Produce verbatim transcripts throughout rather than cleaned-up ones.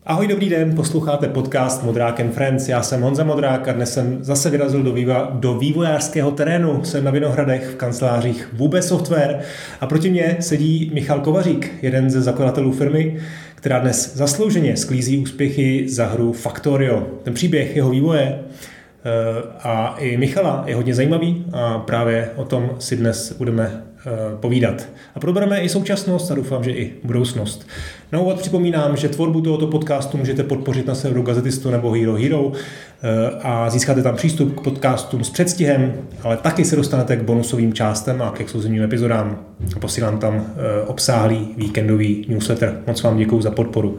Ahoj, dobrý den, posloucháte podcast Modrák and Friends. Já jsem Honza Modrák a dnes jsem zase vyrazil do, výva, do vývojářského terénu. Jsem na Vinohradech v kancelářích W B Software a proti mně sedí Michal Kovařík, jeden ze zakladatelů firmy, která dnes zaslouženě sklízí úspěchy za hru Factorio. Ten příběh jeho vývoje a i Michala je hodně zajímavý a právě o tom si dnes budeme povídat. A probereme i současnost a doufám, že i budoucnost. Na úvod připomínám, že tvorbu tohoto podcastu můžete podpořit na serveru Gazetistu nebo Hero Hero a získáte tam přístup k podcastům s předstihem, ale taky se dostanete k bonusovým částem a k exkluzivním epizodám. Posílám tam obsáhlý víkendový newsletter. Moc vám děkuju za podporu.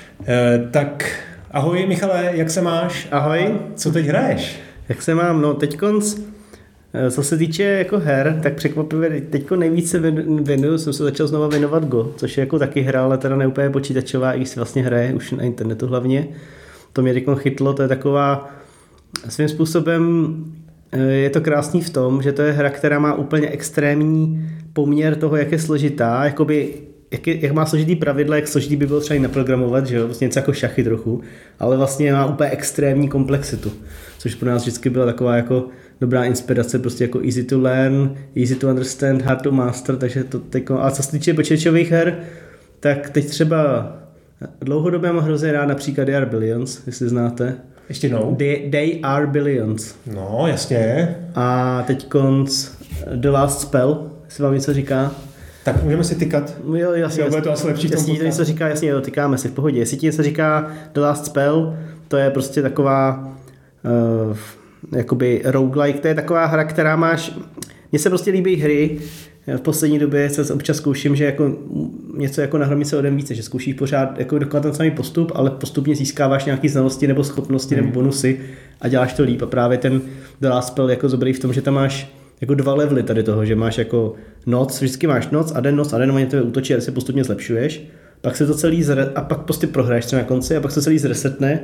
Tak ahoj Michale, jak se máš? Ahoj. A co teď hraješ? Jak se mám? No teď konc, co se týče jako her, tak překvapivě teďko nejvíce věnuju, jsem se začal znova věnovat Go, což je jako taky hra, ale teda neúplně počítačová, i když se vlastně hraje už na internetu hlavně. To mě teďko chytlo, to je taková svým způsobem, je to krásný v tom, že to je hra, která má úplně extrémní poměr toho, jak je složitá, jakoby Jak, je, jak má složitý pravidla, jak složitý by bylo třeba i naprogramovat, že jo, vlastně něco jako šachy trochu, ale vlastně má úplně extrémní komplexitu, což pro nás vždycky byla taková jako dobrá inspirace, prostě jako easy to learn, easy to understand, hard to master, takže to teďko, a co se týče počítačových her, tak teď třeba dlouhodobě mám hrozně rád například They Are Billions, jestli znáte. Ještě jednou? They, they Are Billions. No, jasně. A teď konc The Last Spell, jestli vám něco říká. Tak můžeme si tykat. Jo, jasně. Jo, bude to asi lepší v tom jasně, to něco říká, jasně, jo, tykáme si v pohodě. Jestli ti něco říká The Last Spell, to je prostě taková uh, jakoby roguelike, to je taková hra, která máš, mně se prostě líbí hry, v poslední době se občas zkouším, že jako něco jako na hromnice odem více, že zkoušíš pořád jako dokonat ten samý postup, ale postupně získáváš nějaké znalosti nebo schopnosti hmm. nebo bonusy a děláš to líp. A právě ten The Last Spell jako dobrý v tom, že tam máš jako dva levely tady toho, že máš jako noc, vždycky máš noc a den, noc a den, oni tebe útočí a se postupně zlepšuješ, pak se to celý zre, a pak prostě prohraješ třeba na konci a pak se celý zresetne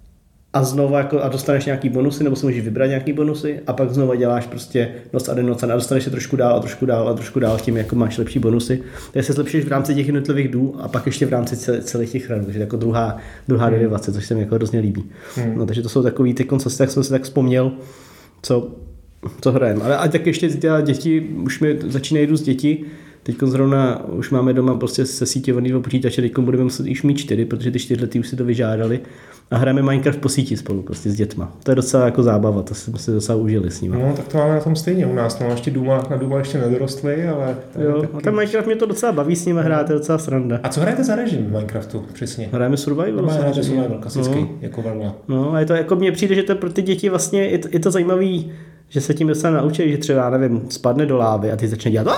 a znova jako a dostaneš nějaký bonusy, nebo si můžeš vybrat nějaký bonusy a pak znova děláš prostě noc a den, noc a dostaneš se trošku dál a trošku dál a trošku dál tím, jako máš lepší bonusy. Takže se zlepšuješ v rámci těch jednotlivých dů a pak ještě v rámci celých, celých těch hranů, takže jako druhá, druhá hmm. derivace, což se mi jako hrozně líbí. Hmm. No, takže to jsou takový ty konce, jak jsem si tak vzpomněl, co co hrajeme. Ale a tak ještě děti, už mi začínají růst děti, teď zrovna už máme doma prostě se sítěvaný počítače, teď budeme muset již mít čtyři, protože ty čtyřletý už si to vyžádali a hrajeme Minecraft po síti spolu prostě s dětma. To je docela jako zábava, to jsme si docela užili s nimi. No tak to máme na tom stejně u nás, no ještě Duma, na Duma ještě nedorostli, ale... Jo, taky... a ten Minecraft mě to docela baví s nimi hrát, to je docela sranda. A co hrajete za režim v Minecraftu přesně? Hrajeme survival. No, hrajete survival, klasický, no. Jako varla. No a je to jako mně přijde, že to pro ty děti vlastně je to, je to zajímavý, že se tím docela naučí, že třeba, nevím, spadne do lávy a ty začne dělat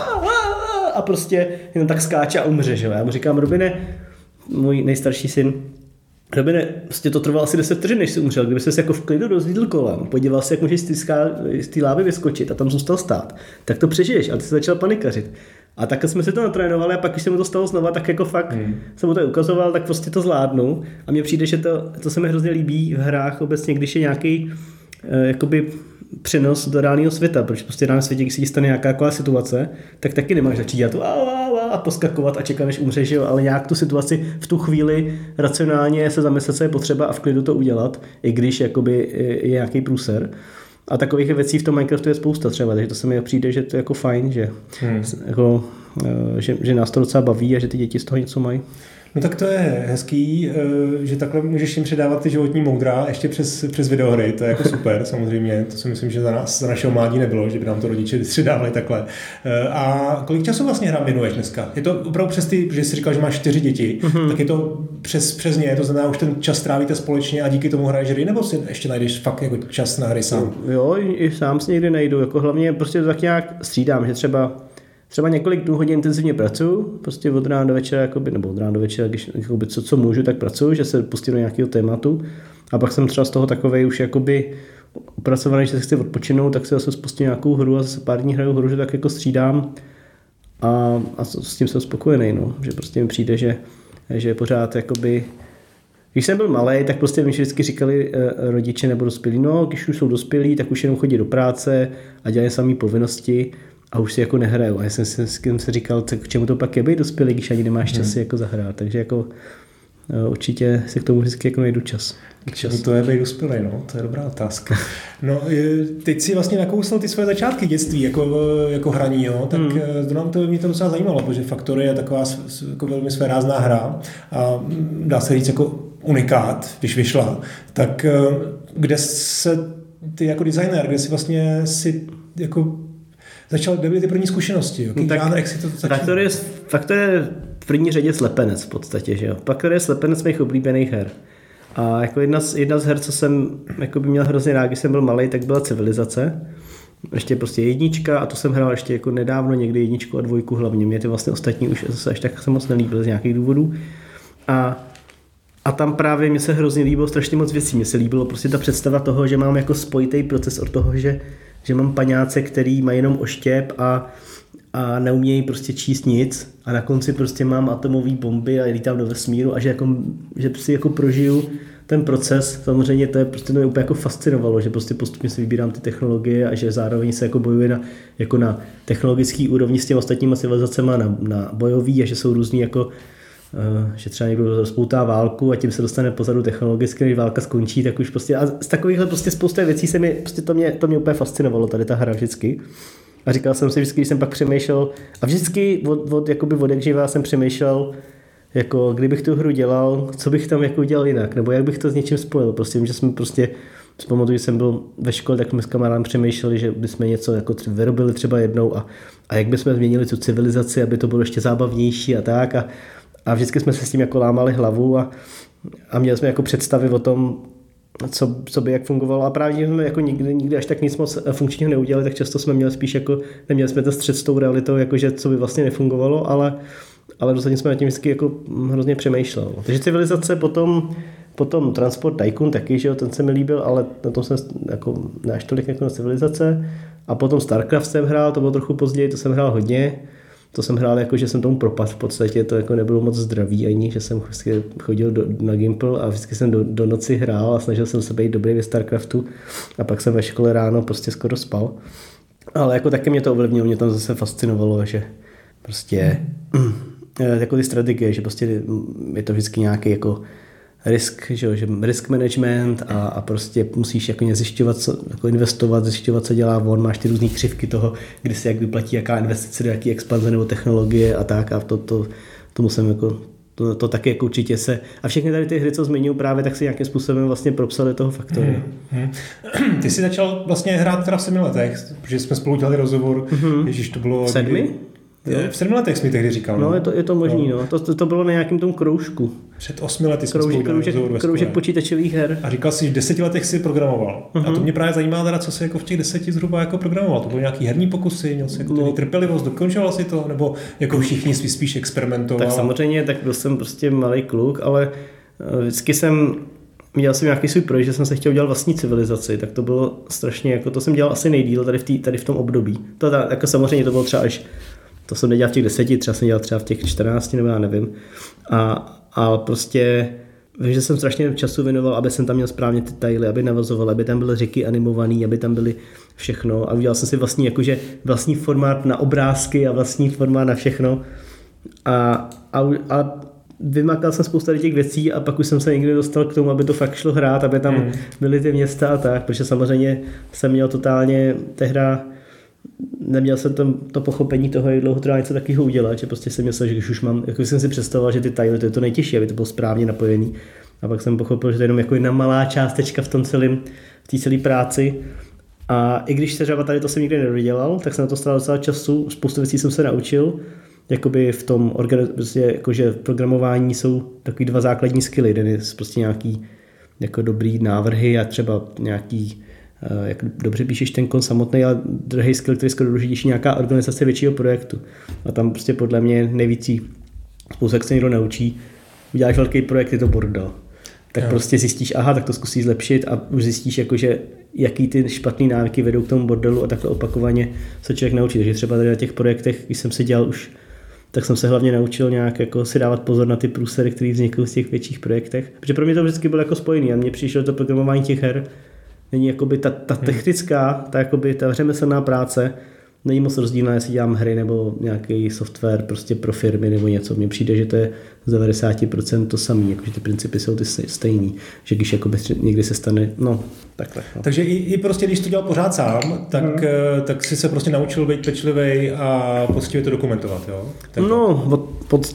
a prostě jenom tak skáče a umře, že jo. Já mu říkám, Robine, můj nejstarší syn, Robine, prostě to trvalo asi deset vteřin, než jsi umřel, kdyby se jako v klidu rozlídl kolem, podíval se, jak můžeš z té lávy vyskočit a tam zůstal stát, tak to přežiješ a ty se začal panikařit. A tak jsme si to natrénovali a pak, když se mu to stalo znova, tak jako fakt hmm. jsem mu to ukazoval, tak prostě to zvládnu a mně přijde, že to, to se mi hrozně líbí v hrách obecně, když je nějaký eh, jakoby přenos do reálného světa, protože prostě v reálném světě, když se ti stane nějaká taková situace, tak taky nemáš začít dělat a poskakovat a čekat, než umřeš, jo? Ale nějak tu situaci v tu chvíli racionálně se zamyslet, co je potřeba a v klidu to udělat, i když jakoby je nějaký průser. A takových věcí v tom Minecraftu je spousta třeba, takže to se mi přijde, že to je jako fajn, že, hmm. jako, že, že nás to docela baví a že ty děti z toho něco mají. No tak to je hezký, že takhle můžeš jim předávat ty životní moudra ještě přes, přes videohry, to je jako super samozřejmě, to si myslím, že za, nás, za našeho mládí nebylo, že by nám to rodiče předávali takhle. A kolik času vlastně hrám věnuješ dneska? Je to opravdu přes ty, že jsi říkal, že máš čtyři děti, mm-hmm. tak je to přes, přes ně, to znamená, už ten čas trávíte společně a díky tomu hraješ hry, nebo si ještě najdeš fakt jako čas na hry sám? Jo, i sám si někdy najdu, jako hlavně prostě tak nějak střídám, že třeba Třeba několik dnů hodin intenzivně pracuju, prostě od rána do večera, jakoby, nebo od rána do večera, když jakoby, co, co můžu, tak pracuju, že se pustím do nějakého tématu. A pak jsem třeba z toho takovej už jakoby upracovaný, že se chci odpočinout, tak si zase spustím nějakou hru a zase pár dní hraju hru, že tak jako střídám. A, a s tím jsem spokojený, no. Že prostě mi přijde, že, že pořád jakoby... Když jsem byl malej, tak prostě mi vždycky říkali e, rodiče nebo dospělí, no, když už jsou dospělí, tak už jenom chodí do práce a dělají samé povinnosti. A už si jako nehraju. A já jsem si, jsem si říkal, tak k čemu to pak je být dospělý, když ani nemáš časy hmm. jako zahrát. Takže jako určitě si k tomu vždycky jako najdu čas. K čemu to je být dospělej, no? To je dobrá otázka. No, teď si vlastně nakousl ty svoje začátky dětství jako, jako hraní, jo? Tak hmm. to nám to, mě to docela zajímalo, protože Factory je taková jako velmi svérázná hra a dá se říct jako unikát, když vyšla. Tak kde se ty jako designer, kde si vlastně si jako začal, kde byly ty první zkušenosti? Jo? Tak žánrech si to začal? Factory, Factory je v první řadě slepenec v podstatě, že jo? Factory je slepenec mých oblíbených her. A jako jedna z, jedna z her, co jsem jako by měl hrozně rád, když jsem byl malej, tak byla Civilizace. Ještě prostě jednička a to jsem hrál ještě jako nedávno někdy jedničku a dvojku hlavně. Mě ty vlastně ostatní už zase až tak se moc nelíbily z nějakých důvodů. A, a tam právě mě se hrozně líbilo strašně moc věcí. Mně se líbilo prostě ta představa toho, že mám jako spojitý proces od toho, že, že mám paňáce, který mají jenom oštěp a a neumějí prostě číst nic a na konci prostě mám atomové bomby a lítám do vesmíru a že, jako, že si jako prožiju ten proces. Samozřejmě to je prostě to mě úplně jako fascinovalo, že prostě postupně si vybírám ty technologie a že zároveň se jako bojuje na, jako na technologický úrovni s těmi ostatníma civilizacemi na, na bojový a že jsou různý jako že třeba někdo rozpoutá válku a tím se dostane pozadu technologicky, když válka skončí, tak už prostě a z takovýchhle prostě spousta věcí se mi, prostě to mě, to mě úplně fascinovalo tady ta hra vždycky. A říkal jsem si vždycky, když jsem pak přemýšlel, a vždycky od, od, jakoby od jak živá jsem přemýšlel, jako kdybych tu hru dělal, co bych tam jako udělal jinak, nebo jak bych to s něčím spojil. Prostě vím, že jsme prostě, vzpamatuju, že jsem byl ve škole, tak jsme s kamarádem přemýšleli, že bychom něco jako vyrobili třeba jednou a, a jak bychom změnili tu civilizaci, aby to bylo ještě zábavnější a tak. A, a vždycky jsme se s tím jako lámali hlavu a, a měli jsme jako představy o tom, Co, co by jak fungovalo a právě jsme jako nikdy, nikdy až tak nic moc funkčního neudělali, tak často jsme měli spíš jako, neměli jsme ten střed s tou realitou, jakože co by vlastně nefungovalo, ale, ale rozhodně jsme nad tím vždycky jako hrozně přemýšlel. Takže Civilizace, potom, potom Transport Tycoon taky, že jo, ten se mi líbil, ale na tom jsem jako než tolik jako na Civilizace a potom Starcraft jsem hrál, to bylo trochu později, to jsem hrál hodně. To jsem hrál jako, že jsem tomu propadl v podstatě, to jako nebylo moc zdravý ani, že jsem vždycky chodil do, na Gimple a vždycky jsem do, do noci hrál a snažil jsem se být dobrý ve Starcraftu a pak jsem ve škole ráno prostě skoro spal. Ale jako taky mě to ovlivnilo, mě tam zase fascinovalo, že prostě mm. jako ty strategie, že prostě je to vždycky nějaký jako risk, že, že risk management a, a prostě musíš jako zjišťovat, co, jako investovat, zjišťovat, co dělá on, máš ty různý křivky toho, kdy se jak vyplatí, jaká investice do jaký expanze nebo technologie a tak a to, to, to musím jako, to, to taky jako určitě se, a všechny tady ty hry, co zmiňuji právě, tak si nějakým způsobem vlastně propsali toho Factory. Hmm, hmm. Ty jsi začal vlastně hrát teda v sedmi letech, protože jsme spolu dělali rozhovor, hmm. Ježíš, to bylo... V sedmi? Jo. V sedmi letech jsi mi tehdy říkal. No, no je to, je to možný, no. no. To, to, to bylo na nějakým tom kroužku. Před osmi lety jsme kroužek, spolu kroužek, rozhovor kroužek počítačových her. A říkal jsi, že v deseti letech si programoval. Uh-huh. A to mě právě zajímá teda, co jsi jako v těch deseti zhruba jako programoval. To byly nějaký herní pokusy, měl jsi jako no. trpělivost, dokončoval si to, nebo jako všichni jsi spíš experimentoval? Tak samozřejmě, tak byl jsem prostě malý kluk, ale vždycky jsem měl jsem nějaký svůj projekt, že jsem se chtěl dělat vlastní civilizaci, tak to bylo strašně, jako to jsem dělal asi nejdýl tady v, tý, tady v tom období. To jako samozřejmě to bylo třeba až to jsem nedělal v těch deseti, třeba jsem dělal třeba v těch čtrnácti, nebo já nevím. A, a prostě vím, že jsem strašně času věnoval, aby jsem tam měl správně ty taily, aby navazoval, aby tam byly řeky animovaný, aby tam byly všechno. A udělal jsem si vlastní, jakože vlastní formát na obrázky a vlastní formát na všechno. A, a, a vymakal jsem spoustu těch věcí a pak už jsem se někdy dostal k tomu, aby to fakt šlo hrát, aby tam mm. byly ty města a tak, protože samozřejmě jsem měl totálně tehda neměl jsem to, to pochopení toho, jak dlouho trvá něco takového udělat, že prostě jsem myslel, že když už mám, jako jsem si představoval, že ty tile, to je to nejtěžší, aby to bylo správně napojený. A pak jsem pochopil, že to je jenom jako jedna malá částečka v tom celém, v té celé práci. A i když se třeba tady to jsem nikdy nedodělal, tak jsem na to strávil docela času, spoustu věcí jsem se naučil, jakoby v tom prostě, jakože v programování jsou takový dva základní skilly, jeden je prostě nějaký jako dobrý návrhy a třeba nějaký jak dobře píšeš ten kon samotný, ale druhý skill, který je skoro důležitější, nějaká organizace většího projektu. A tam prostě podle mě nejvící spoustu, jak se někdo naučí, uděláš velký projekt, je to bordel. Tak jo. Prostě zjistíš, aha, tak to zkusíš zlepšit a už zjistíš, jakože, jaký ty špatný návyky vedou k tomu bordelu a takhle opakovaně se člověk naučí. Takže třeba tady na těch projektech, když jsem si dělal už, tak jsem se hlavně naučil nějak jako si dávat pozor na ty průsery, které vznikají z těch větších projektech. Protože pro mě to vždycky bylo jako spojený a mně přišlo to programování těch her není jakoby ta, ta technická, ta, jakoby ta řemeslná práce není moc rozdílné, jestli dělám hry nebo nějaký software prostě pro firmy nebo něco. Mně přijde, že to je z devadesát procent to samé, jakože ty principy jsou ty stejný, že když jako někdy se stane, no takhle. No. Takže i, i prostě, když to dělal pořád sám, tak, hmm. tak si se prostě naučil být pečlivý a poctivě to dokumentovat, jo? Tak no, pod, pod,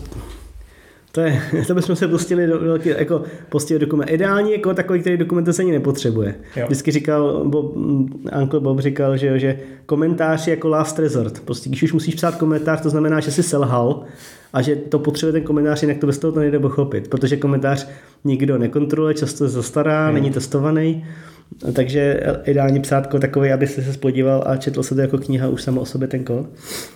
to je, to bychom se pustili do velký, jako postivě dokument. Ideální jako takový, který dokumentace ani nepotřebuje. Jo. Vždycky říkal, Bob, Uncle Bob říkal, že, že komentář je jako last resort. Prostě když už musíš psát komentář, to znamená, že jsi selhal a že to potřebuje ten komentář, jinak to bez toho to nejde pochopit. Protože komentář nikdo nekontroluje, často je zastará, hmm. není testovaný. Takže ideální psátko takový, aby se podíval a četl se to jako kniha už samo o sobě ten kód.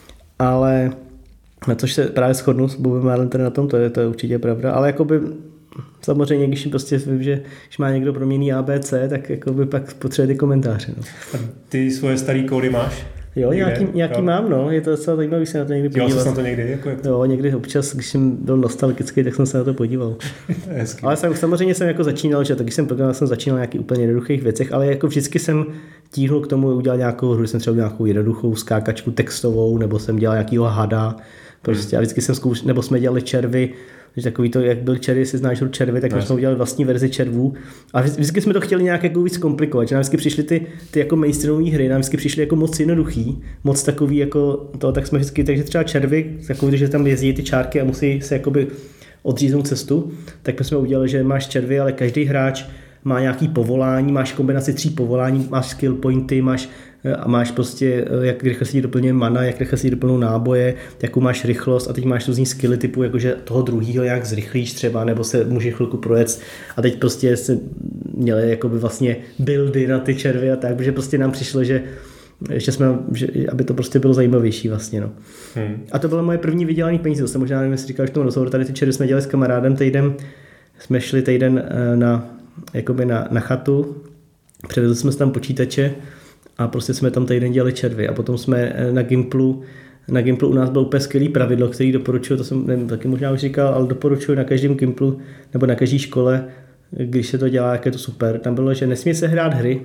Ale na což se právě shodnu s Bobem Marlentem na tom, to je, to je určitě pravda, ale jakoby samozřejmě, když prostě vím, že když má někdo proměný A B C, tak jakoby pak potřebuje ty komentáře. No. A ty svoje starý kódy máš? Jo, někde? nějaký, nějaký jo. mám, no, je to docela zajímavý se na to někdy podívat. Jo, jsi na to někdy? Jako jak to? Jo, někdy občas, když jsem byl nostalgický, tak jsem se na to podíval. Ale jsem, samozřejmě jsem jako začínal, že tak když jsem programoval, jsem začínal nějaký úplně jednoduchých věcech, ale jako vždycky jsem tíhnul k tomu udělat nějakou hru, jsem třeba nějakou jednoduchou skákačku textovou, nebo jsem dělal nějakýho hada, prostě a vždycky jsem zkoušel, nebo jsme dělali červy, že takový to, jak byl červy, jestli znáš hru červy, tak no, jsme udělali vlastní verzi červů a vždycky jsme to chtěli nějak jako víc komplikovat, že nám vždycky přišly ty, ty jako mainstreamové hry, nám vždycky přišly jako moc jednoduchý, moc takový jako to, tak jsme vždycky, takže třeba červy, takový, že tam jezdí ty čárky a musí se jakoby odříznout cestu, tak my jsme udělali, že máš červy, ale každý hráč má nějaký povolání, máš kombinaci tří povolání, máš skill pointy, máš a máš prostě, jak rychle si ti doplňuje mana, jak rychle si ti doplňují náboje, jakou máš rychlost a teď máš různý skilly typu, jakože toho druhýho jak zrychlíš třeba, nebo se může chvilku projet a teď prostě se měli jakoby vlastně buildy na ty červy a tak, protože prostě nám přišlo, že že jsme, že, aby to prostě bylo zajímavější vlastně, no. Hmm. A to bylo moje první vydělané peníze, to jsem možná nevím, jestli říkal v tom rozhovoru, tady ty červy jsme dělali s kamarádem týden, jsme šli týden na, jakoby na, na chatu, převezli jsme tam počítače a prostě jsme tam týden dělali červy a potom jsme na Gimplu, na Gimplu u nás bylo úplně skvělý pravidlo, který doporučuji, to jsem nevím, taky možná už říkal, ale doporučuji na každém Gimplu nebo na každé škole, když se to dělá, jak je to super. Tam bylo, že nesmí se hrát hry,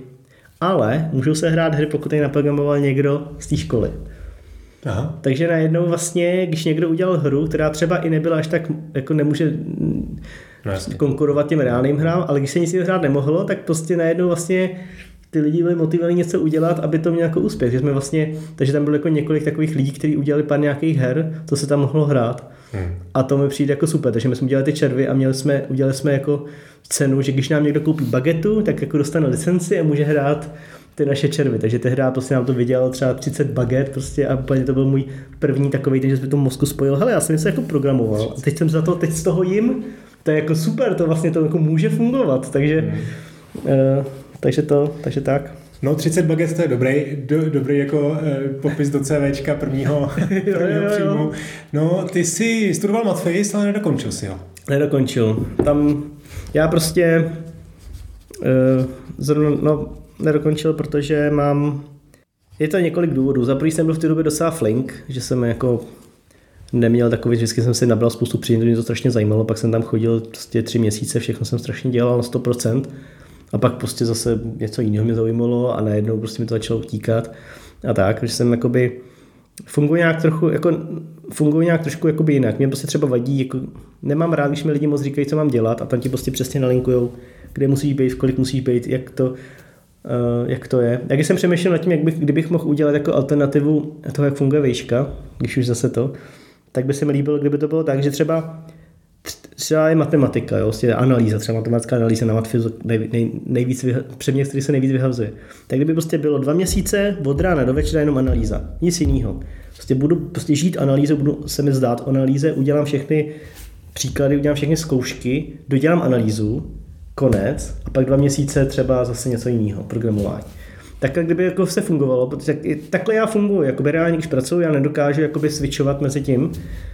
ale můžou se hrát hry, pokud je naprogramoval někdo z té školy. Aha. Takže najednou vlastně, když někdo udělal hru, která třeba i nebyla až tak, jako nemůže no, konkurovat těm reálným hrám, ale když se nic hrát nemohlo, tak prostě najednou vlastně ty lidi byli motivovaní něco udělat, aby to měl jako úspěch. Že jsme vlastně, takže tam bylo jako několik takových lidí, kteří udělali pár nějakých her, co se tam mohlo hrát. Hmm. A to mi přijde jako super. Takže my jsme udělali ty červy a měli jsme, udělali jsme jako cenu, že když nám někdo koupí bagetu, tak jako dostane licenci a může hrát ty naše červy. Takže tehdy prostě nám to vydělalo třeba třicet baget prostě a úplně to byl můj první takový, takže jsem v tom mozku spojil. Hele, já jsem něco jako programoval. A teď jsem za to, teď z toho jim, to je jako super, to vlastně to jako může fungovat. Takže hmm. uh, Takže to, takže tak. No třicet baget to je dobrý, do, dobrý jako eh, popis do CVčka prvního, prvního příjmu. No ty jsi studoval Matfejs, ale nedokončil si ho. Nedokončil. Tam já prostě eh, zrovna, no, nedokončil, protože mám, je to několik důvodů. Za první jsem byl v té době docela flink, že jsem jako neměl takový, vždycky jsem si nabral spoustu příjmů, mě to strašně zajímalo, pak jsem tam chodil prostě tři měsíce, všechno jsem strašně dělal na sto procent. A pak prostě zase něco jiného mě zajímalo a najednou prostě mi to začalo utíkat a tak, že jsem jakoby funguji nějak trochu, jako funguji nějak trošku jakoby jinak. Mě prostě třeba vadí, jako nemám rád, když mi lidi moc říkají, co mám dělat a tam ti prostě přesně nalinkujou, kde musíš být, kolik musíš být, jak to, uh, jak to je. Jak jsem přemýšlel nad tím, jak bych, kdybych mohl udělat jako alternativu toho, jak funguje vejška, když už zase to, tak by se mi líbilo, kdyby to bylo tak, že třeba třeba je matematika, jo, vlastně analýza, třeba matematická analýza na matfizu, nej, nej, nejvíc vyha, předmět, který se nejvíc vyhazuje. Tak kdyby prostě bylo dva měsíce od rána do večera jenom analýza, nic jiného. Prostě budu prostě žít analýzu, budu se mi zdát o analýze, udělám všechny příklady, udělám všechny zkoušky, dodělám analýzu, konec a pak dva měsíce třeba zase něco jiného, programování. Takhle kdyby jako se fungovalo, protože takhle já funguji, jakoby reálně, když pracuji, já nedokážu jakoby switchovat mezi tím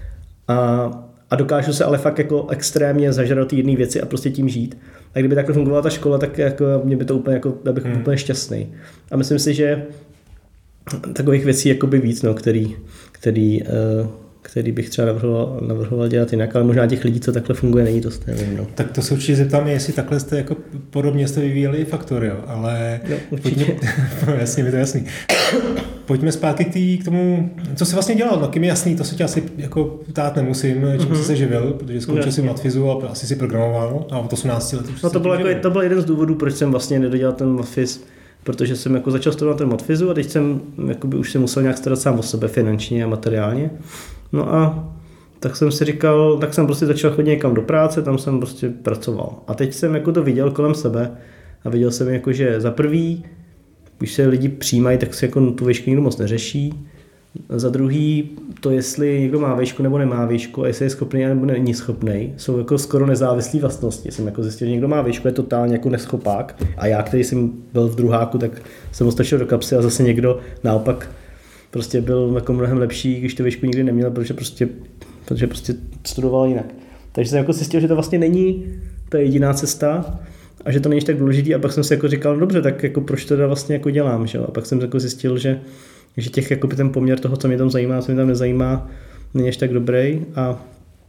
a A dokážu se ale fakt jako extrémně zažrat ty jedné věci a prostě tím žít. A kdyby takhle fungovala ta škola, tak jako mě by to úplně jako, já bych hmm. úplně šťastný. A myslím si, že takových věcí jakoby víc, no, který, který, který bych třeba navrhoval, navrhoval dělat jinak, ale možná těch lidí, co takhle funguje, není dost, nevím. No. Tak to se určitě zeptám, jestli takhle jste jako podobně jste vyvíjeli Factorio, ale... No, určitě. Pojďme, jasně, mi to jasný. pojďme zpátky k, tý, k tomu, co jsi vlastně dělal. No, kým je jasný, to se tě asi jako ptát nemusím, čím mm-hmm. jsi se živil, protože skončil jsi matfizu a asi si programoval a od osmnácti let už. No to byl, jako, to byl jeden z důvodů, proč jsem vlastně nedodělal ten matfiz, protože jsem jako začal studovat ten matfizu a teď jsem jakoby, už se musel nějak starat sám o sebe finančně a materiálně. No a tak jsem si říkal, tak jsem prostě začal chodit někam do práce, tam jsem prostě pracoval. A teď jsem jako to viděl kolem sebe a viděl jsem jako, že za prvý, když se lidi přijímají, tak se jako tu výšku nikdo moc neřeší. Za druhý, to jestli někdo má výšku nebo nemá výšku a jestli je schopný nebo není schopný, jsou jako skoro nezávislé vlastnosti. Jsem jako zjistil, že někdo má výšku, je totálně jako neschopák a já, který jsem byl v druháku, tak jsem ostačil do kapsy a zase někdo naopak prostě byl jako mnohem lepší, když tu výšku nikdy neměl, protože prostě, protože prostě studoval jinak. Takže jsem jako zjistil, že to vlastně není ta jediná cesta a že to není tak důležitý a pak jsem si jako říkal, no dobře, tak jako proč to vlastně jako dělám, že? A pak jsem jako zjistil, že že těch, jako ten poměr toho, co mě tam zajímá, co mě tam nezajímá, není až tak dobrý a,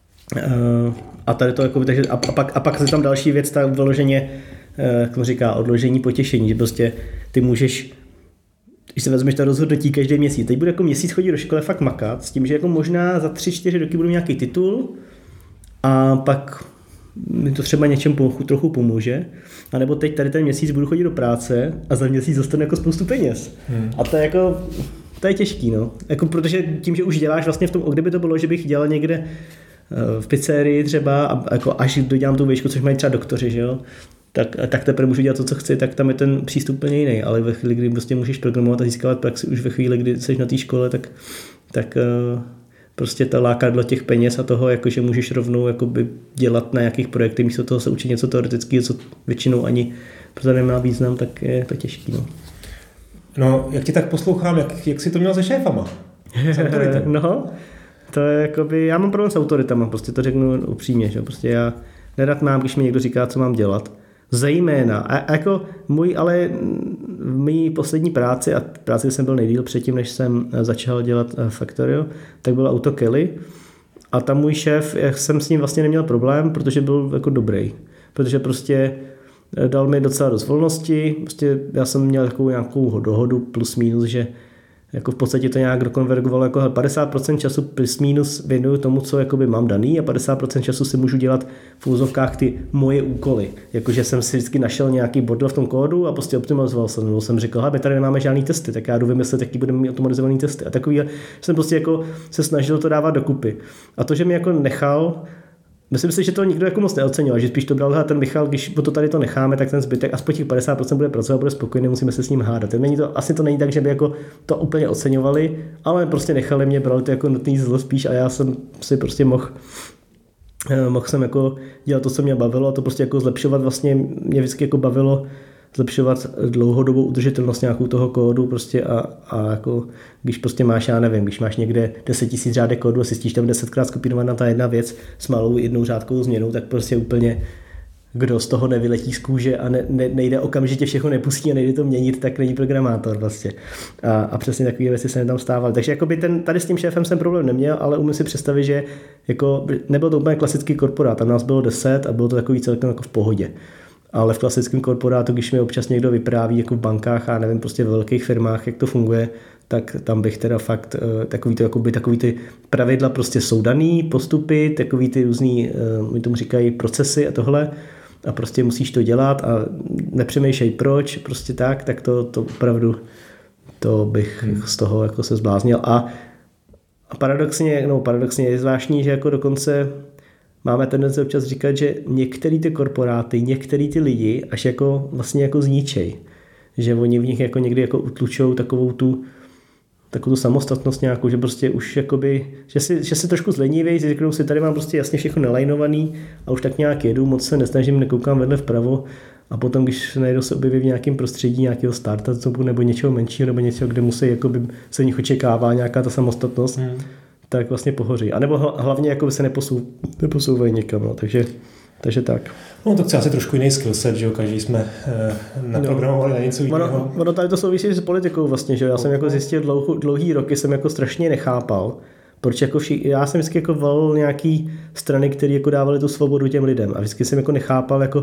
a tady to jako, takže a, a, pak, a pak je tam další věc, ta vyloženě, jak to říká, odložení potěšení, že prostě ty můžeš, když se vezmeš to rozhodnutí každý měsíc, teď budu jako měsíc chodit do školy fakt makat, s tím, že jako možná za tři, čtyři roky budu nějaký titul a pak mi to třeba něčem trochu pomůže, a nebo teď tady ten měsíc budu chodit do práce a za měsíc dostanu jako spoustu peněz. Hmm. A to je jako, to je těžký, no. Jako protože tím, že už děláš vlastně v tom, kdyby to bylo, že bych dělal někde v pizzerii třeba a jako až dodělám tu výšku, což mají třeba doktoři, že jo, tak, tak teprve můžu dělat to, co chci, tak tam je ten přístup úplně jiný, ale ve chvíli, kdy prostě můžeš programovat a získávat praxi už ve chvíli, kdy jsi na té škole, tak, tak prostě ta lákadlo těch peněz a toho, jako, že můžeš rovnou jakoby, dělat na nějakých projektech, místo toho se učit něco teoretického, co většinou ani protože nemá význam, tak je to těžký. No, no jak ti tak poslouchám, jak, jak jsi to měl se šéfama? No, to je jakoby, já mám problém s autoritama, prostě to řeknu upřímně, že prostě já nerad mám, když mi někdo říká, co mám dělat. Zejména, a, a jako můj, ale v mý poslední práci, a práci, kde jsem byl nejdýl předtím, než jsem začal dělat Factorio, tak byl Auto Kelly a tam můj šéf, já jsem s ním vlastně neměl problém, protože byl jako dobrý, protože prostě dal mi docela dost volnosti, prostě já jsem měl takovou nějakou dohodu plus minus, že jako v podstatě to nějak dokonvergovalo, jako padesát procent času plus minus věnuju tomu, co jakoby mám daný a padesát procent času si můžu dělat v úzovkách ty moje úkoly. Jakože jsem si vždycky našel nějaký bordel v tom kódu a prostě optimalizoval jsem. Nebo jsem řekl, hele, tady nemáme žádný testy, tak já jdu vymyslet, jaký budeme mít automatizovaný testy. A takový jsem prostě jako se snažil to dávat dokupy. A to, že mi jako nechal, myslím si, že to nikdo jako moc neocenil, že spíš to bral ten Michal, když to tady to necháme, tak ten zbytek aspoň těch padesát procent bude pracovat, bude spokojený, musíme se s ním hádat. Není to, asi to není tak, že by jako to úplně oceňovali, ale prostě nechali mě, brali to jako nutný zlo spíš a já jsem si prostě mohl mohl jsem jako dělat to, co mě bavilo a to prostě jako zlepšovat vlastně, mě vždycky jako bavilo zlepšovat dlouhodobou udržitelnost nějakou toho kódu prostě a, a jako když prostě máš, já nevím, když máš někde deset tisíc řádek kódu a zjistíš tam desetkrát skopírovaná ta jedna věc s malou jednou řádkovou změnou, tak prostě úplně kdo z toho nevyletí z kůže a ne, ne, nejde okamžitě všechno nepustí a nejde to měnit, tak není programátor vlastně. A, a přesně takové věci se tam stávaly. Takže jakoby ten, tady s tím šéfem jsem problém neměl, ale umím si představit, že jako, nebyl to úplně klasický korporát, tam nás bylo deset a bylo to takový celkem jako v pohodě. Ale v klasickém korporátu, když mi občas někdo vypráví jako v bankách a nevím, prostě v velkých firmách, jak to funguje, tak tam bych teda fakt takový, to, jakoby, takový ty pravidla prostě jsou daný, postupy, takový ty různý, my tomu říkají procesy a tohle a prostě musíš to dělat a nepřemýšlej proč, prostě tak, tak to, to opravdu to bych hmm. z toho jako se zbláznil. A, a paradoxně, no paradoxně je zvláštní, že jako dokonce máme tendenci občas říkat, že některý ty korporáty, některý ty lidi až jako vlastně jako zničej. Že oni v nich jako někdy jako utlučou takovou tu, takovou tu samostatnost nějakou, že prostě už jakoby, že si, že si trošku zlenivějí, si řeknou si, tady mám prostě jasně všechno nalajnovaný a už tak nějak jedu, moc se nesnažím, nekoukám vedle vpravo a potom, když najednou se objeví v nějakém prostředí nějakého startupu nebo něčeho menšího nebo něčeho, kde musí jakoby, se v nich očekává nějaká ta samostatnost, hmm. tak vlastně pohoří. A nebo hlavně jako se neposou, neposouvají někam, no. takže, takže tak. No tak asi trošku jiný skillset, že jo, každý jsme eh, naprogramovali no. na něco jiného. Ono, ono tady to souvisí s politikou vlastně, že já jsem jako zjistil dlouho, dlouhý roky, jsem jako strašně nechápal, proč jako vši, já jsem vždycky jako volil nějaký strany, které jako dávaly tu svobodu těm lidem a vždycky jsem jako nechápal, jako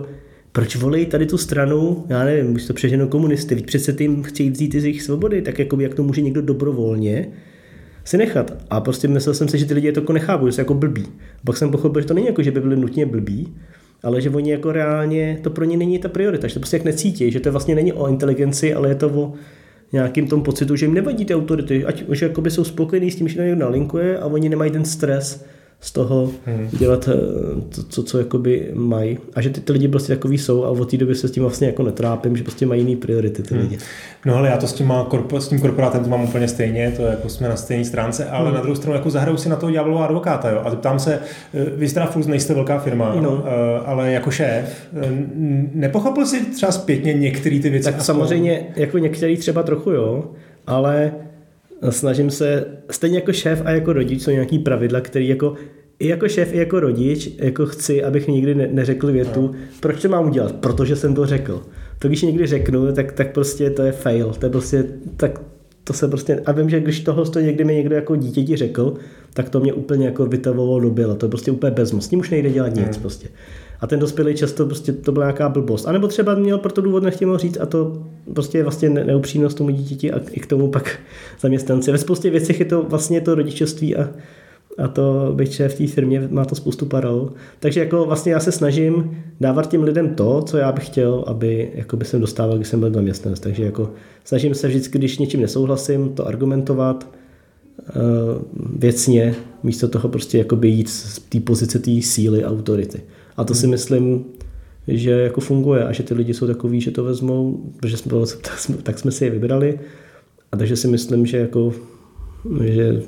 proč volí tady tu stranu, já nevím, už to přeženou komunisty, víc přece tím chtějí vzít z jejich svobody, tak jakoby, jak to může někdo dobrovolně si nechat. A prostě myslel jsem si, že ty lidi to jako nechápou, že jsou jako blbí. Pak jsem pochopil, že to není jako, že by byli nutně blbí, ale že oni jako reálně, to pro ně není ta priorita, že to prostě jak necítí, že to vlastně není o inteligenci, ale je to o nějakým tom pocitu, že jim nevadí ty autority, ať že jakoby jsou spokojení s tím, že to někdo nalinkuje a oni nemají ten stres z toho hmm. dělat to, co, co jakoby mají. A že ty, ty lidi prostě takový jsou a od té doby se s tím vlastně jako netrápím, že prostě mají jiný priority ty hmm. lidi. No ale já to s tím, má, s tím korporátem to mám úplně stejně, to jako jsme na stejné stránce, ale hmm. na druhou stranu jako zahraju si na toho ďáblova advokáta, jo. A ptám se, vy teda furt nejste velká firma, no. ale jako šéf, nepochopil si třeba zpětně některé ty věci? Tak samozřejmě jako některý třeba trochu jo, ale snažím se, stejně jako šéf a jako rodič jsou nějaký pravidla, který jako i jako šéf, i jako rodič jako chci, abych nikdy ne, neřekl větu, no. proč to mám udělat, protože jsem to řekl. To když někdy řeknu, tak, tak prostě to je fail, to je prostě, tak to se prostě, a vím, že když tohle to někdy mi někdo jako dítěti řekl, tak to mě úplně jako vytavovalo do byla, to je prostě úplně bezmoc, s ním už nejde dělat nic no. prostě. A ten dospělý často prostě to byla nějaká blbost. A nebo třeba měl pro to důvod nechtěl říct a to prostě je vlastně neupřímnost tomu dítěti a i k tomu pak zaměstnanci. Ve spoustě věcech je to vlastně to rodičovství a, a to být šéf v té firmě má to spoustu paralel. Takže jako vlastně já se snažím dávat těm lidem to, co já bych chtěl, aby jako by jsem dostával, když jsem byl zaměstnanec. Takže jako snažím se vždycky, když něčím nesouhlasím, to argumentovat uh, věcně, místo toho prostě jakoby jít z té pozice té síly autority. A to si myslím, že jako funguje a že ty lidi jsou takový, že to vezmou, protože jsme, tak jsme si je vybrali a takže si myslím, že jako, že